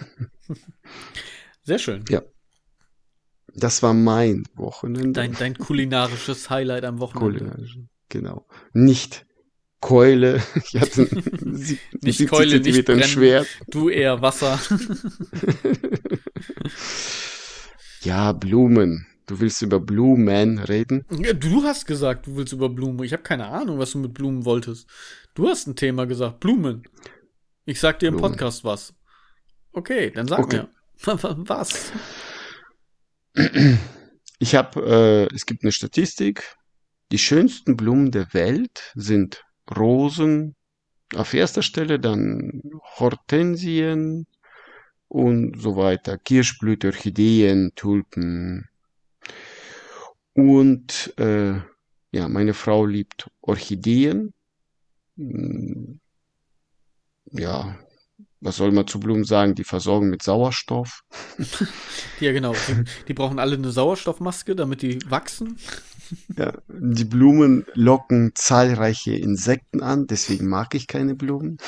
Sehr schön. Ja. Das war mein Wochenende. Dein, dein kulinarisches Highlight am Wochenende. Kulinarisch, genau. Nicht Keule. Ich hatte ein sieb- Nicht siebzig Keule, nicht Zentimeter ein brennen. Schwert. Du eher Wasser. Ja, Blumen. Du willst über Blumen reden? Ja, du hast gesagt, du willst über Blumen. Ich habe keine Ahnung, was du mit Blumen wolltest. Du hast ein Thema gesagt, Blumen. Ich sag dir im Blumen. Podcast was. Okay, dann sag Okay. mir. Was? Ich habe, äh, es gibt eine Statistik. Die schönsten Blumen der Welt sind Rosen auf erster Stelle, dann Hortensien und so weiter. Kirschblüte, Orchideen, Tulpen. Und äh, ja, meine Frau liebt Orchideen. Hm, Ja, was soll man zu Blumen sagen? Die versorgen mit Sauerstoff. Ja, genau. Die, die brauchen alle eine Sauerstoffmaske, damit die wachsen. Ja, die Blumen locken zahlreiche Insekten an, deswegen mag ich keine Blumen.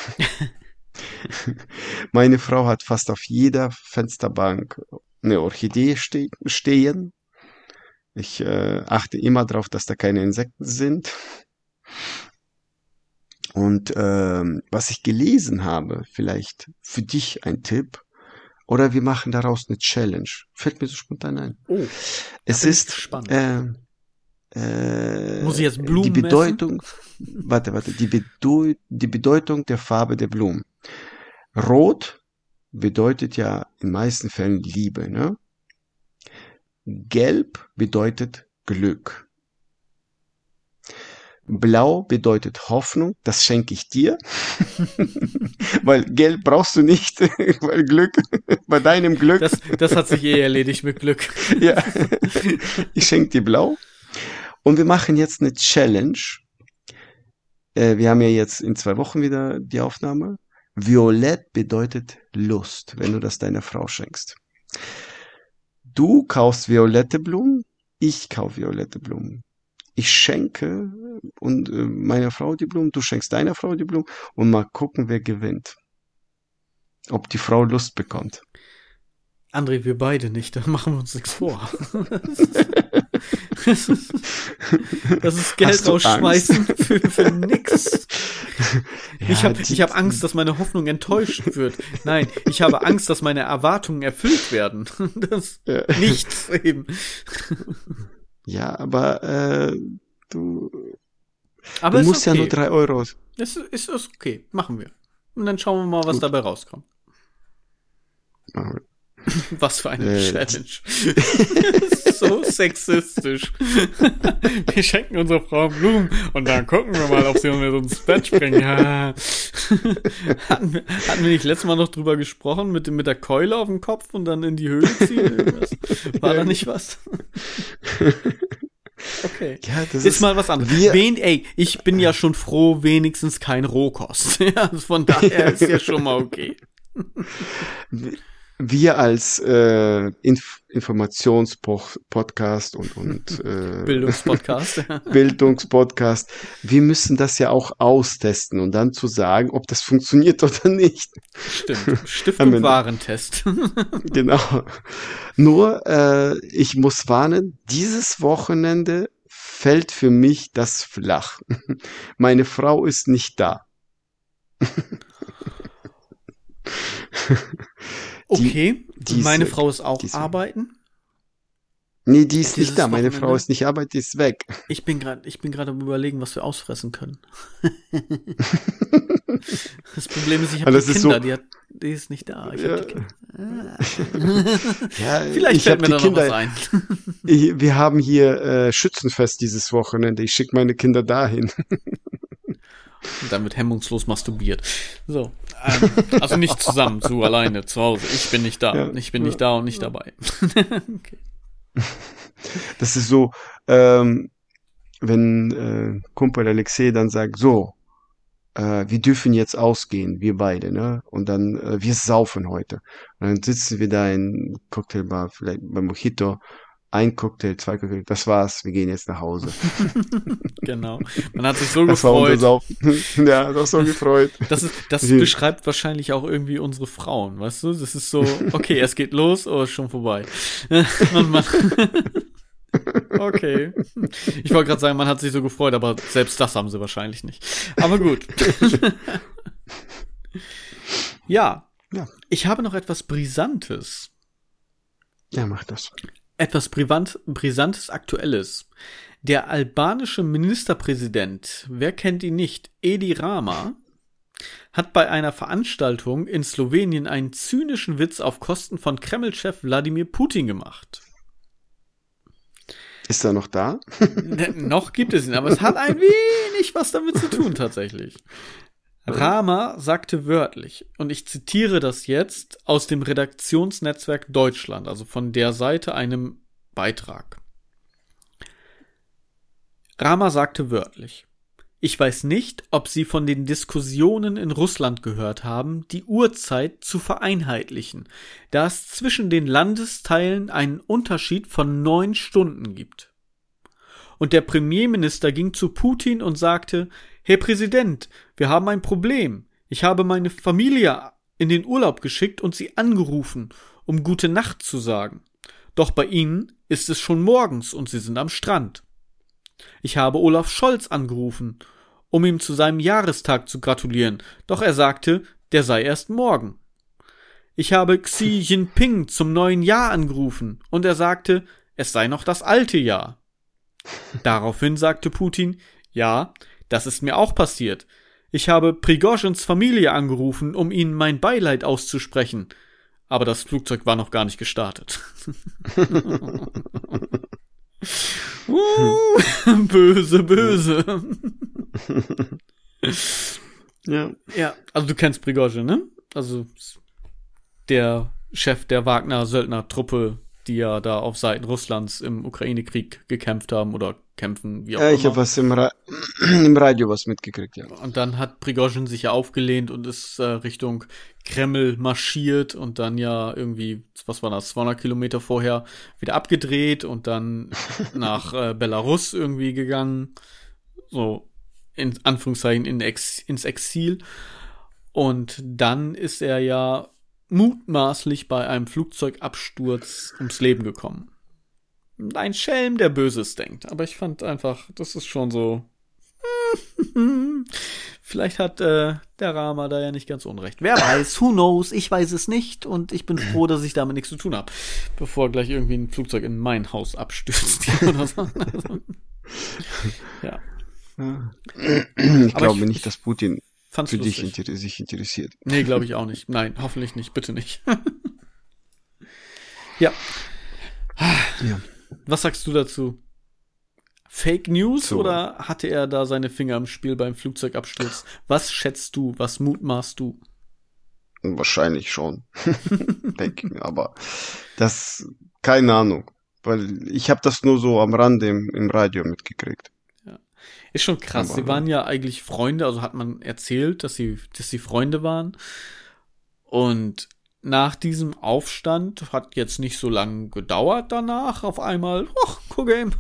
Meine Frau hat fast auf jeder Fensterbank eine Orchidee ste stehen. Ich äh, achte immer darauf, dass da keine Insekten sind. Und ähm, was ich gelesen habe, vielleicht für dich ein Tipp, Oder wir machen daraus eine Challenge. Fällt mir so spontan ein. Oh, es ist spannend. Äh, äh, Muss ich jetzt Blumen die Bedeutung, messen? warte, warte, die, Bedeu die Bedeutung der Farbe der Blumen. Rot bedeutet ja in meisten Fällen Liebe, ne? Gelb bedeutet Glück. Blau bedeutet Hoffnung, das schenke ich dir, weil Gelb brauchst du nicht, weil Glück, bei deinem Glück. Das, das hat sich eh erledigt mit Glück. Ja, ich schenke dir Blau und wir machen jetzt eine Challenge. Äh, wir haben ja jetzt in zwei Wochen wieder die Aufnahme. Violett bedeutet Lust, wenn du das deiner Frau schenkst. Du kaufst violette Blumen, ich kaufe violette Blumen. Ich schenke und äh, meiner Frau die Blumen, du schenkst deiner Frau die Blumen und mal gucken, wer gewinnt. Ob die Frau Lust bekommt. André, wir beide nicht, da machen wir uns nichts vor. Das ist, das ist Geld rausschmeißen für, für nix. Ja, ich habe ich hab Angst, dass meine Hoffnung enttäuscht wird. Nein, ich habe Angst, dass meine Erwartungen erfüllt werden. Das ja. Nichts eben. Ja, aber äh, du, aber du musst okay. ja nur drei Euro. Es ist, ist okay, machen wir. Und dann schauen wir mal, was Gut. dabei rauskommt. Machen wir. Was für eine äh. Challenge. So sexistisch. Wir schenken unserer Frau Blumen und dann gucken wir mal, ob sie uns ins Bett springen. Ja. Hatten, wir, hatten wir nicht letztes Mal noch drüber gesprochen, mit, dem, mit der Keule auf dem Kopf und dann in die Höhle ziehen? Irgendwas? War da nicht was? Okay. Ja, das ist, ist mal was anderes. Wen, ey, ich bin ja schon froh, wenigstens kein Rohkost. Ja, von daher ist ja schon mal okay. Wir als äh, Inf Informationspodcast und, und äh, Bildungspodcast. Bildungspodcast, wir müssen das ja auch austesten und dann zu sagen, ob das funktioniert oder nicht. Stimmt. Stiftung Warentest. Genau. Nur, äh, ich muss warnen, dieses Wochenende fällt für mich das flach. Meine Frau ist nicht da. Okay, die, meine diese, Frau ist auch diese. arbeiten. Nee, die ist Dieses nicht da. Meine Wochenende. Frau ist nicht arbeiten, die ist weg. Ich bin gerade, ich bin gerade am Überlegen, was wir ausfressen können. Das Problem ist, ich habe die Kinder, so, die, hat, die ist nicht da. Ich ja. hab die Kinder. Ah. Ja, Vielleicht fällt mir da noch Kinder, was ein. Ich, wir haben hier äh, Schützenfest dieses Wochenende. Ich schicke meine Kinder dahin. Und dann wird hemmungslos masturbiert. So. Ähm, also nicht zusammen, zu alleine, zu Hause. Ich bin nicht da. Ja, ich bin ja, nicht da und nicht ja. dabei. Okay. Das ist so, ähm, wenn äh, Kumpel Alexei dann sagt, so, äh, wir dürfen jetzt ausgehen, wir beide, ne? Und dann, äh, wir saufen heute. Und dann sitzen wir da in Cocktailbar, vielleicht bei Mojito, ein Cocktail, zwei Cocktail, das war's, wir gehen jetzt nach Hause. Genau. Man hat sich so das gefreut. War ja, das so gefreut. Das ist, das beschreibt wahrscheinlich auch irgendwie unsere Frauen, weißt du? Das ist so, okay, es geht los, oh, ist schon vorbei. man, man okay. Ich wollte gerade sagen, man hat sich so gefreut, aber selbst das haben sie wahrscheinlich nicht. Aber gut. Ja. Ja. Ich habe noch etwas Brisantes. Ja, mach das. Etwas Brisant, Brisantes Aktuelles. Der albanische Ministerpräsident, wer kennt ihn nicht, Edi Rama, hat bei einer Veranstaltung in Slowenien einen zynischen Witz auf Kosten von Kreml-Chef Wladimir Putin gemacht. Ist er noch da? Ne, noch gibt es ihn, aber es hat ein wenig was damit zu tun tatsächlich. Rama sagte wörtlich, und ich zitiere das jetzt aus dem Redaktionsnetzwerk Deutschland, also von der Seite einem Beitrag. Rama sagte wörtlich: Ich weiß nicht, ob Sie von den Diskussionen in Russland gehört haben, die Uhrzeit zu vereinheitlichen, da es zwischen den Landesteilen einen Unterschied von neun Stunden gibt. Und der Premierminister ging zu Putin und sagte: Herr Präsident, wir haben ein Problem. Ich habe meine Familie in den Urlaub geschickt und sie angerufen, um gute Nacht zu sagen. Doch bei Ihnen ist es schon morgens und Sie sind am Strand. Ich habe Olaf Scholz angerufen, um ihm zu seinem Jahrestag zu gratulieren, doch er sagte, der sei erst morgen. Ich habe Xi Jinping zum neuen Jahr angerufen und er sagte, es sei noch das alte Jahr. Daraufhin sagte Putin, ja, das ist mir auch passiert. Ich habe Prigozhins Familie angerufen, um ihnen mein Beileid auszusprechen. Aber das Flugzeug war noch gar nicht gestartet. uh, böse, böse. Ja. Ja, also du kennst Prigozhin, ne? Also der Chef der Wagner-Söldner-Truppe, die ja da auf Seiten Russlands im Ukraine-Krieg gekämpft haben oder kämpfen, wie auch Ja, immer. ich habe was im, Ra- im Radio was mitgekriegt, ja. Und dann hat Prigozhin sich ja aufgelehnt und ist äh, Richtung Kreml marschiert und dann ja irgendwie, was war das, zweihundert Kilometer vorher wieder abgedreht und dann nach äh, Belarus irgendwie gegangen. So, in Anführungszeichen in Ex- ins Exil. Und dann ist er ja mutmaßlich bei einem Flugzeugabsturz ums Leben gekommen. Ein Schelm, der Böses denkt. Aber ich fand einfach, das ist schon so. Vielleicht hat äh, der Rama da ja nicht ganz unrecht. Wer weiß, who knows, ich weiß es nicht und ich bin froh, dass ich damit nichts zu tun habe. Bevor gleich irgendwie ein Flugzeug in mein Haus abstürzt. Oder so. Ja. Ich Aber glaube ich- nicht, dass Putin Fand's für dich lustig. inter- sich interessiert. Nee, glaube ich auch nicht. Nein, hoffentlich nicht. Bitte nicht. Ja. Ja. Was sagst du dazu? Fake News So. oder hatte er da seine Finger im Spiel beim Flugzeugabsturz? Was schätzt du? Was mutmaßt du? Wahrscheinlich schon. Denke ich mir. Aber das, keine Ahnung. Weil ich habe das nur so am Rande im, im Radio mitgekriegt. Ist schon krass. Aber- Sie waren ja eigentlich Freunde, also hat man erzählt, dass sie, dass sie Freunde waren. Und nach diesem Aufstand hat jetzt nicht so lange gedauert danach. Auf einmal, ach, guck ihm,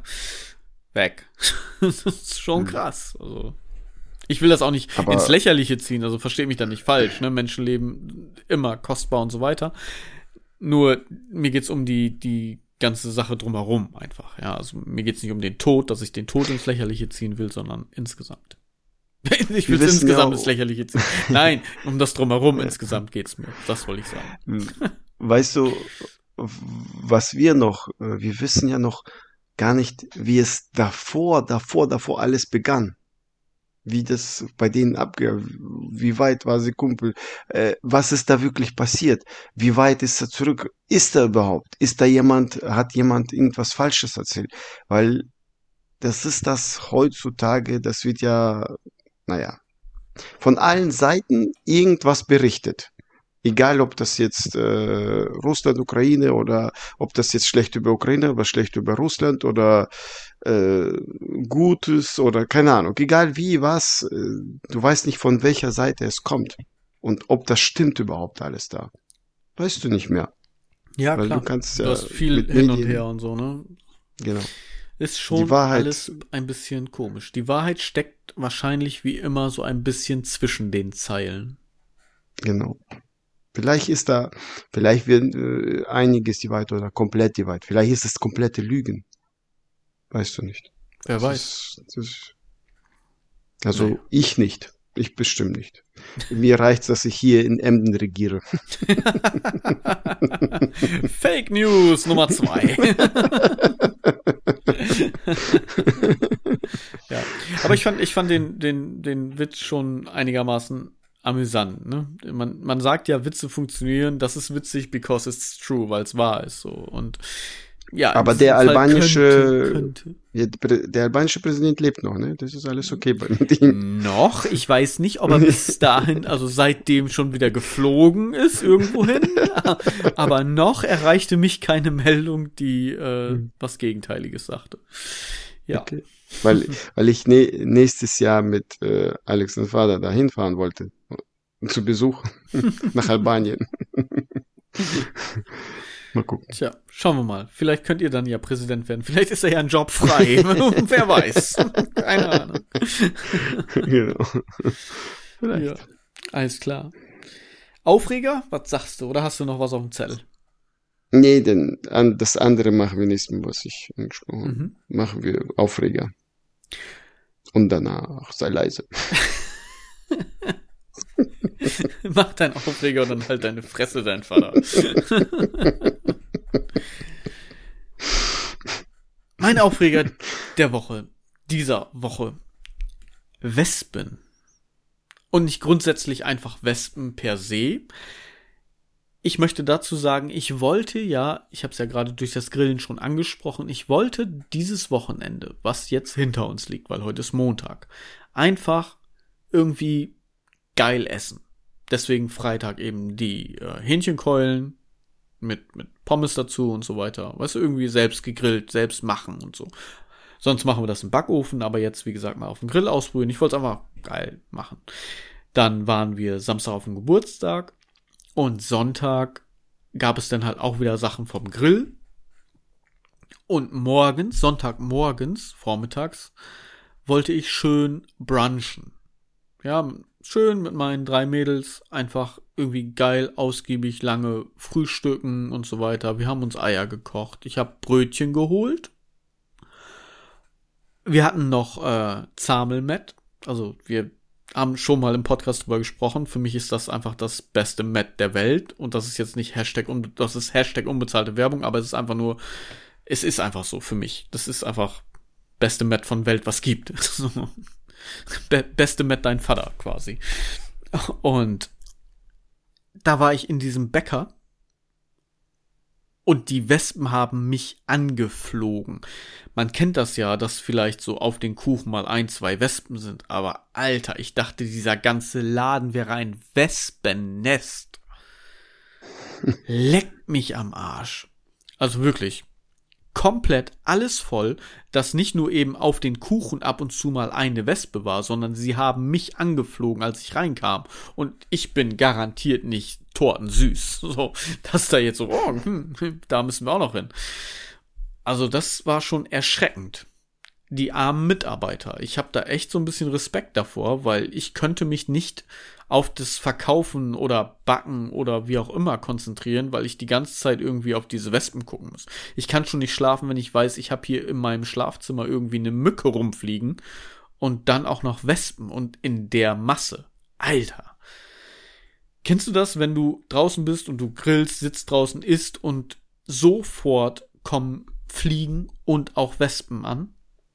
weg. Das ist schon krass. Also, ich will das auch nicht Aber- ins Lächerliche ziehen, also versteht mich da nicht falsch. Ne? Menschenleben immer kostbar und so weiter. Nur mir geht's um die, die ganze Sache drumherum einfach. Ja, also mir geht's nicht um den Tod, dass ich den Tod ins Lächerliche ziehen will, sondern insgesamt. Ich will Wir es wissen insgesamt ja- ins Lächerliche ziehen. Nein, um das drumherum insgesamt geht's mir. Das wollte ich sagen. Weißt du, was wir noch, äh, wir wissen ja noch gar nicht, wie es davor, davor, davor alles begann. Wie das bei denen abge, wie weit war sie Kumpel, äh, was ist da wirklich passiert? Wie weit ist er zurück? Ist er überhaupt? Ist da jemand, hat jemand irgendwas Falsches erzählt? Weil das ist das heutzutage, das wird ja, naja, von allen Seiten irgendwas berichtet. Egal, ob das jetzt äh, Russland, Ukraine oder ob das jetzt schlecht über Ukraine oder schlecht über Russland oder äh, Gutes oder keine Ahnung. Egal wie, was, äh, du weißt nicht, von welcher Seite es kommt und ob das stimmt überhaupt alles da. Weißt du nicht mehr. Ja, Weil klar. du kannst Du ja hast viel mit hin und Medien- her und so, ne? Genau. Ist schon Die Wahrheit- alles ein bisschen komisch. Die Wahrheit steckt wahrscheinlich wie immer so ein bisschen zwischen den Zeilen. Genau. Vielleicht ist da, vielleicht wird äh, einiges die Wahrheit oder komplett die Wahrheit. Vielleicht ist es komplette Lügen. Weißt du nicht. Wer Das weiß. ist- das ist, also Naja. ich nicht. Ich bestimmt nicht. Mir reicht's, dass ich hier in Emden regiere. Fake News Nummer zwei. Ja. Aber ich fand, ich fand den, den, den Witz schon einigermaßen amüsant, ne? Man, man sagt ja, Witze funktionieren, das ist witzig, because it's true, weil es wahr ist, so. Und, ja. in Aber diesem der Fall albanische- könnte, könnte. Ja, der Prä- der albanische Präsident lebt noch, ne? Das ist alles okay bei mit ihm. Noch, ich weiß nicht, ob er bis dahin, also seitdem schon wieder geflogen ist irgendwohin, aber noch erreichte mich keine Meldung, die äh, was Gegenteiliges sagte. Ja. Okay. Weil, weil ich ne, nächstes Jahr mit äh, Alex und Vater da hinfahren wollte. Zu Besuch nach Albanien. Mal gucken. Tja, schauen wir mal. Vielleicht könnt ihr dann ja Präsident werden. Vielleicht ist er ja ein Job frei. Wer weiß. Keine Ahnung. Genau. Vielleicht. Ja, alles klar. Aufreger? Was sagst du? Oder hast du noch was auf dem Zettel? Nee, denn an, das andere machen wir nicht mehr, was ich angesprochen habe. Mhm. Machen wir Aufreger. Und danach sei leise. Mach deinen Aufreger und dann halt deine Fresse, dein Vater. Mein Aufreger der Woche, dieser Woche, Wespen. Und nicht grundsätzlich einfach Wespen per se. Ich möchte dazu sagen, ich wollte ja, ich habe es ja gerade durch das Grillen schon angesprochen, ich wollte dieses Wochenende, was jetzt hinter uns liegt, weil heute ist Montag, einfach irgendwie geil essen. Deswegen Freitag eben die äh, Hähnchenkeulen mit, mit Pommes dazu und so weiter. Weißt du, irgendwie selbst gegrillt, selbst machen und so. Sonst machen wir das im Backofen, aber jetzt, wie gesagt, mal auf dem Grill ausprobieren. Ich wollte es einfach geil machen. Dann waren wir Samstag auf dem Geburtstag. Und Sonntag gab es dann halt auch wieder Sachen vom Grill. Und morgens, Sonntagmorgens, vormittags, wollte ich schön brunchen. Ja, schön mit meinen drei Mädels einfach irgendwie geil, ausgiebig, lange frühstücken und so weiter. Wir haben uns Eier gekocht. Ich habe Brötchen geholt. Wir hatten noch äh, Zamelmett. Also wir haben schon mal im Podcast drüber gesprochen. Für mich ist das einfach das beste Met der Welt. Und das ist jetzt nicht Hashtag, un- das ist Hashtag unbezahlte Werbung, aber es ist einfach nur, es ist einfach so für mich. Das ist einfach beste Met von Welt, was gibt. Be- beste Met dein Vater quasi. Und da war ich in diesem Bäcker und die Wespen haben mich angeflogen. Man kennt das ja, dass vielleicht so auf den Kuchen mal ein, zwei Wespen sind. Aber Alter, ich dachte, dieser ganze Laden wäre ein Wespennest. Leckt mich am Arsch. Also wirklich. Komplett alles voll, dass nicht nur eben auf den Kuchen ab und zu mal eine Wespe war, sondern sie haben mich angeflogen, als ich reinkam. Und ich bin garantiert nicht tortensüß. So, dass da jetzt so, oh, hm, da müssen wir auch noch hin. Also das war schon erschreckend. Die armen Mitarbeiter. Ich habe da echt so ein bisschen Respekt davor, weil ich könnte mich nicht auf das Verkaufen oder Backen oder wie auch immer konzentrieren, weil ich die ganze Zeit irgendwie auf diese Wespen gucken muss. Ich kann schon nicht schlafen, wenn ich weiß, ich habe hier in meinem Schlafzimmer irgendwie eine Mücke rumfliegen und dann auch noch Wespen und in der Masse. Alter. Kennst du das, wenn du draußen bist und du grillst, sitzt draußen, isst und sofort kommen Fliegen und auch Wespen an?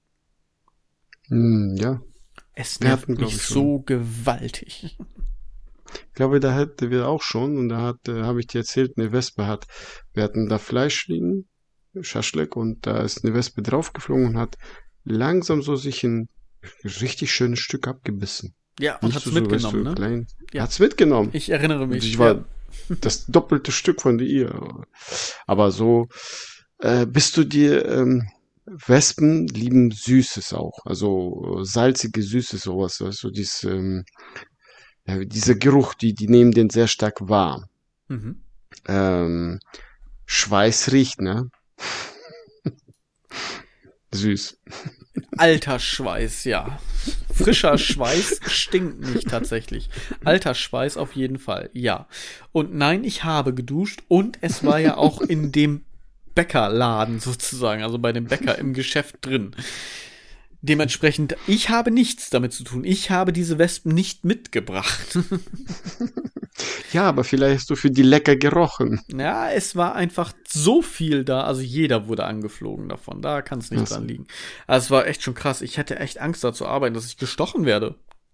Hm, ja. Es Wir nervt hatten, glaub mich ich, schon. so gewaltig. Ich glaube, da hatten wir auch schon, und da hat, äh, habe ich dir erzählt, eine Wespe hat, wir hatten da Fleisch liegen, Schaschlik, und da ist eine Wespe draufgeflogen und hat langsam so sich ein richtig schönes Stück abgebissen. Ja, und Nicht hat's so, so, weißt mitgenommen, du, ne? klein. Ja. Hat's mitgenommen. Ich erinnere Und mich. ich war ja. das doppelte Stück von ihr. Aber so, äh, bist du dir, ähm, Wespen lieben Süßes auch, also äh, salzige Süßes, sowas, weißt du, dieses, ähm, ja, dieser Geruch, die, die nehmen den sehr stark wahr. Mhm. Ähm, Schweiß riecht, ne? Süß. Alter Schweiß, ja. Frischer Schweiß stinkt nicht tatsächlich. Alter Schweiß auf jeden Fall, ja. Und nein, ich habe geduscht und es war ja auch in dem Bäckerladen sozusagen, also bei dem Bäcker im Geschäft drin. Dementsprechend, ich habe nichts damit zu tun. Ich habe diese Wespen nicht mitgebracht. Ja, aber vielleicht hast du für die lecker gerochen. Ja, es war einfach so viel da, also jeder wurde angeflogen davon. Da kann es nicht Ach so. dran liegen. Also es war echt schon krass. Ich hätte echt Angst da zu arbeiten, dass ich gestochen werde.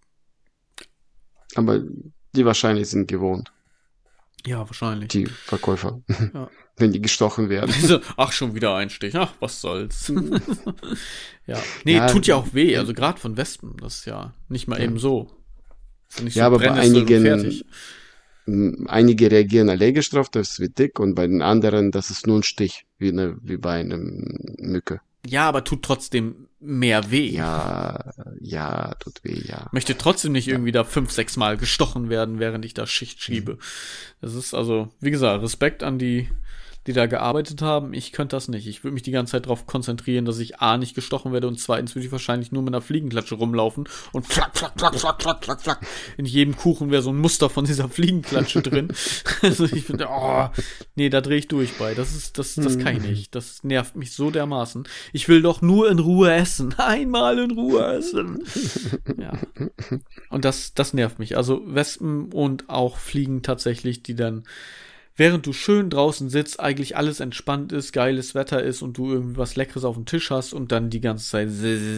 Aber die wahrscheinlich sind gewohnt, Ja, wahrscheinlich. die Verkäufer, Ja. wenn die gestochen werden. Also, ach, schon wieder ein Stich. Ach, was soll's. Ja. Nee, Ja, tut ja auch weh. Also gerade von Wespen. Das ist ja nicht mal Ja. eben so. Ist ja nicht Ja, so aber bei Brennnessel und einigen, fertig. m, einige reagieren allergisch drauf, das wird dick, und bei den anderen, das ist nur ein Stich, wie, eine, wie bei einem Mücke. Ja, aber tut trotzdem mehr weh. Ja, ja, tut weh, ja. Möchte trotzdem nicht irgendwie da fünf, sechs Mal gestochen werden, während ich da Schicht schiebe. Das ist also, wie gesagt, Respekt an die die da gearbeitet haben. Ich könnte das nicht. Ich würde mich die ganze Zeit darauf konzentrieren, dass ich A, nicht gestochen werde und zweitens würde ich wahrscheinlich nur mit einer Fliegenklatsche rumlaufen und flack, flack, flack, flack, flack, flack, flack. In jedem Kuchen wäre so ein Muster von dieser Fliegenklatsche drin. Also ich finde, oh, nee, da drehe ich durch bei. Das ist, das, das kann ich nicht. Das nervt mich so dermaßen. Ich will doch nur in Ruhe essen. Einmal in Ruhe essen. Ja. Und das, das nervt mich. Also Wespen und auch Fliegen tatsächlich, die dann, während du schön draußen sitzt, eigentlich alles entspannt ist, geiles Wetter ist und du irgendwie was Leckeres auf dem Tisch hast und dann die ganze Zeit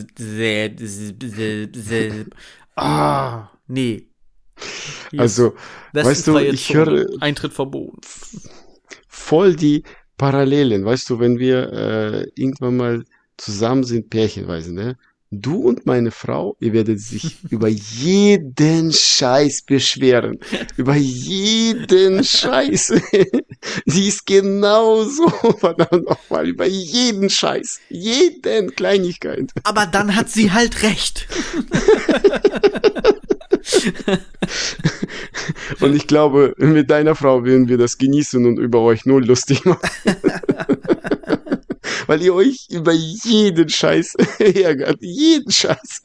ah, nee. Hier Also, weißt du, ich höre Eintritt verboten. Voll die Parallelen, weißt du, wenn wir äh, irgendwann mal zusammen sind, pärchenweise, ne? Du und meine Frau, ihr werdet sich über jeden Scheiß beschweren. Über jeden Scheiß. Sie ist genauso, verdammt nochmal, über jeden Scheiß. Jeden Kleinigkeit. Aber dann hat sie halt recht. Und ich glaube, mit deiner Frau werden wir das genießen und über euch nur lustig machen. Weil ihr euch über jeden Scheiß ärgert. Jeden Scheiß.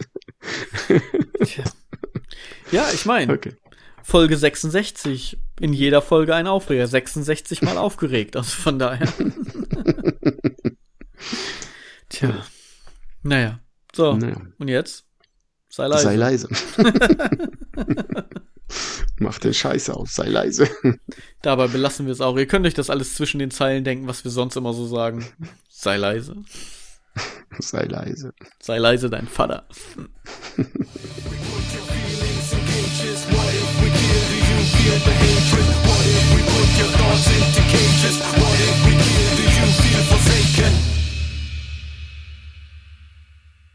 Ja, ich meine, okay. Folge sechsundsechzig. In jeder Folge ein Aufreger. sechsundsechzig Mal aufgeregt. Also von daher. Tja. Naja. So. Naja. Und jetzt? Sei leise. Sei leise. Mach den Scheiß aus, sei leise. Dabei belassen wir es auch. Ihr könnt euch das alles zwischen den Zeilen denken, was wir sonst immer so sagen. Sei leise. Sei leise. Sei leise, dein Vater.